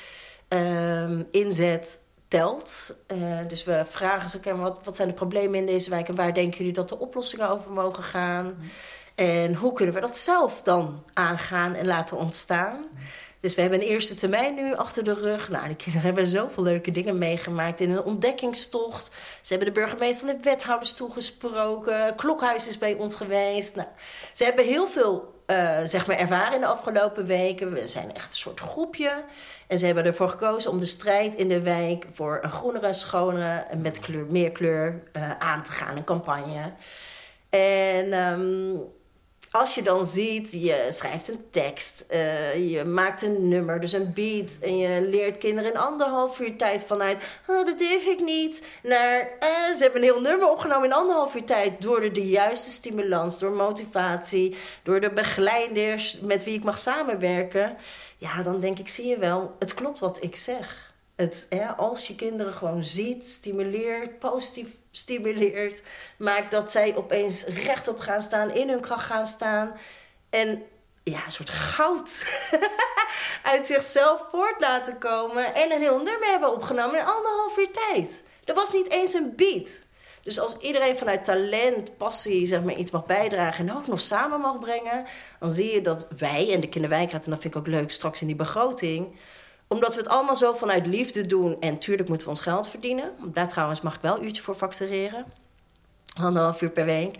inzet telt. Dus we vragen ze, wat zijn de problemen in deze wijk... en waar denken jullie dat de oplossingen over mogen gaan? En hoe kunnen we dat zelf dan aangaan en laten ontstaan? Dus we hebben een eerste termijn nu achter de rug. Nou, die kinderen hebben zoveel leuke dingen meegemaakt in een ontdekkingstocht. Ze hebben de burgemeester en de wethouders toegesproken. Klokhuis is bij ons geweest. Nou, ze hebben heel veel ervaren in de afgelopen weken. We zijn echt een soort groepje. En ze hebben ervoor gekozen om de strijd in de wijk... voor een groenere, schonere, met meer kleur aan te gaan. Een campagne. En... als je dan ziet, je schrijft een tekst, je maakt een nummer, dus een beat... en je leert kinderen in 1,5 uur tijd vanuit... dat durf ik niet, naar... ze hebben een heel nummer opgenomen in 1,5 uur tijd... door de juiste stimulans, door motivatie... door de begeleiders met wie ik mag samenwerken... ja, dan denk ik, zie je wel, het klopt wat ik zeg. Als je kinderen gewoon ziet, stimuleert, positief stimuleert. Maakt dat zij opeens rechtop gaan staan, in hun kracht gaan staan. En ja, een soort goud uit zichzelf voort laten komen. En een heel nummer hebben opgenomen in 1,5 uur tijd. Er was niet eens een beat. Dus als iedereen vanuit talent, passie, zeg maar, iets mag bijdragen en ook nog samen mag brengen, dan zie je dat wij en de Kinderwijkraad, en dat vind ik ook leuk straks in die begroting, omdat we het allemaal zo vanuit liefde doen, en tuurlijk moeten we ons geld verdienen. Daar trouwens mag ik wel een uurtje voor factureren. 1,5 uur per week.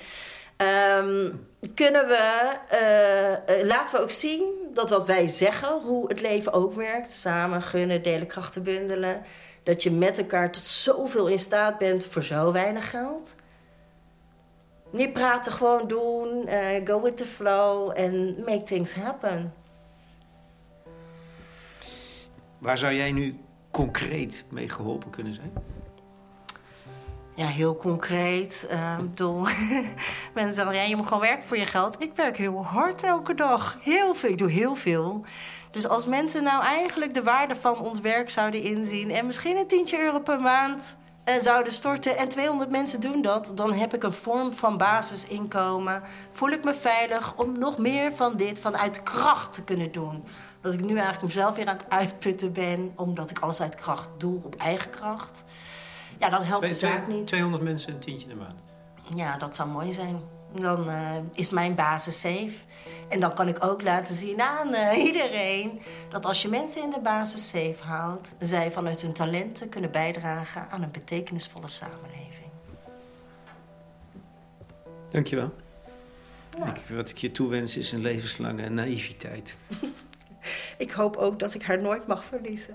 Laten we ook zien dat wat wij zeggen, hoe het leven ook werkt, samen gunnen, delen, krachten bundelen, dat je met elkaar tot zoveel in staat bent voor zo weinig geld. Niet praten, gewoon doen. Go with the flow and make things happen. Waar zou jij nu concreet mee geholpen kunnen zijn? Ja, heel concreet. Mensen zeggen, ja, je moet gewoon werken voor je geld. Ik werk heel hard elke dag. Heel veel. Ik doe heel veel. Dus als mensen nou eigenlijk de waarde van ons werk zouden inzien en misschien een €10 per maand zouden storten en 200 mensen doen dat, dan heb ik een vorm van basisinkomen. Voel ik me veilig om nog meer van dit vanuit kracht te kunnen doen. Dat ik nu eigenlijk mezelf weer aan het uitputten ben, omdat ik alles uit kracht doe, op eigen kracht. Ja, dat helpt de zaak niet. 200 mensen een tientje in de maand. Ja, dat zou mooi zijn. Dan is mijn basis safe. En dan kan ik ook laten zien aan iedereen dat als je mensen in de basis safe houdt, zij vanuit hun talenten kunnen bijdragen aan een betekenisvolle samenleving. Dankjewel. Ja. Wat ik je toewens is een levenslange naïviteit. Ik hoop ook dat ik haar nooit mag verliezen.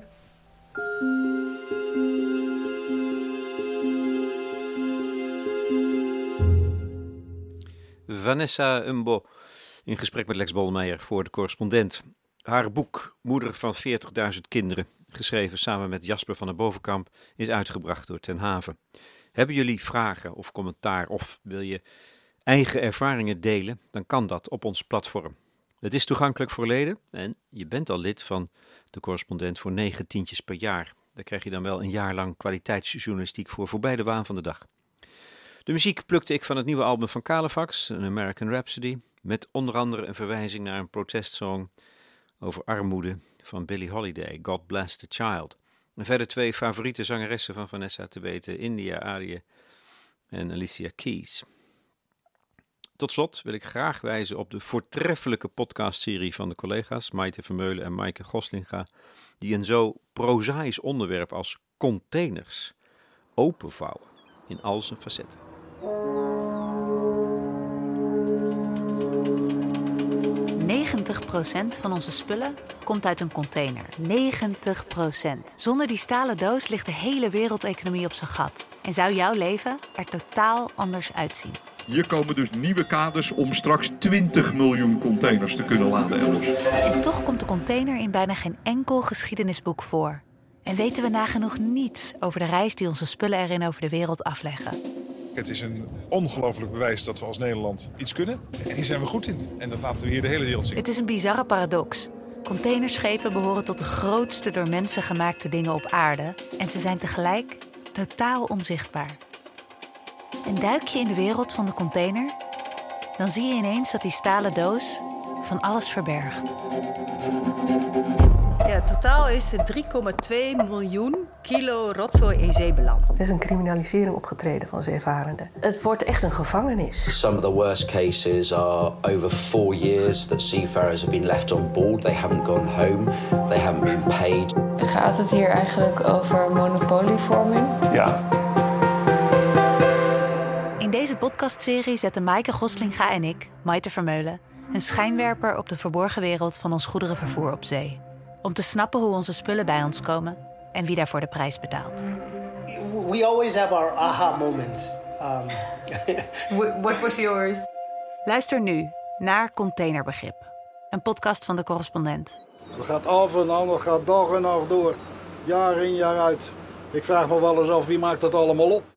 Vanessa Umbo in gesprek met Lex Bolmeijer voor De Correspondent. Haar boek Moeder van 40.000 kinderen, geschreven samen met Jasper van der Bovenkamp, is uitgebracht door Ten Haven. Hebben jullie vragen of commentaar of wil je eigen ervaringen delen, dan kan dat op ons platform. Het is toegankelijk voor leden en je bent al lid van De Correspondent voor 9 tientjes per jaar. Daar krijg je dan wel een jaar lang kwaliteitsjournalistiek voor voorbij de waan van de dag. De muziek plukte ik van het nieuwe album van Calefax, An American Rhapsody, met onder andere een verwijzing naar een protestsong over armoede van Billie Holiday, God Bless the Child. En verder 2 favoriete zangeressen van Vanessa te weten, India Arie en Alicia Keys. Tot slot wil ik graag wijzen op de voortreffelijke podcastserie van de collega's Maite Vermeulen en Maaike Goslinga, die een zo prozaïsch onderwerp als containers openvouwen in al zijn facetten. % van onze spullen komt uit een container. 90%. Zonder die stalen doos ligt de hele wereldeconomie op zijn gat. En zou jouw leven er totaal anders uitzien. Hier komen dus nieuwe kaders om straks 20 miljoen containers te kunnen laden elders. En toch komt de container in bijna geen enkel geschiedenisboek voor. En weten we nagenoeg niets over de reis die onze spullen erin over de wereld afleggen. Het is een ongelooflijk bewijs dat we als Nederland iets kunnen. En hier zijn we goed in. En dat laten we hier de hele wereld zien. Het is een bizarre paradox. Containerschepen behoren tot de grootste door mensen gemaakte dingen op aarde. En ze zijn tegelijk totaal onzichtbaar. En duik je in de wereld van de container, dan zie je ineens dat die stalen doos van alles verbergt. Ja, totaal is er 3,2 miljoen kilo rotzooi in zee beland. Er is een criminalisering opgetreden van zeevarenden. Het wordt echt een gevangenis. Some of the worst cases are over 4 years that seafarers have been left on board. They haven't gone home. They haven't been paid. Gaat het hier eigenlijk over monopolievorming? Ja. In deze podcastserie zetten Maaike Goslinga en ik, Maite Vermeulen, een schijnwerper op de verborgen wereld van ons goederenvervoer op zee. Om te snappen hoe onze spullen bij ons komen en wie daarvoor de prijs betaalt. We always have our aha moments. What was yours? Luister nu naar Containerbegrip, een podcast van De Correspondent. Het gaat af en aan, het gaat dag en nacht door. Jaar in, jaar uit. Ik vraag me wel eens af, wie maakt dat allemaal op?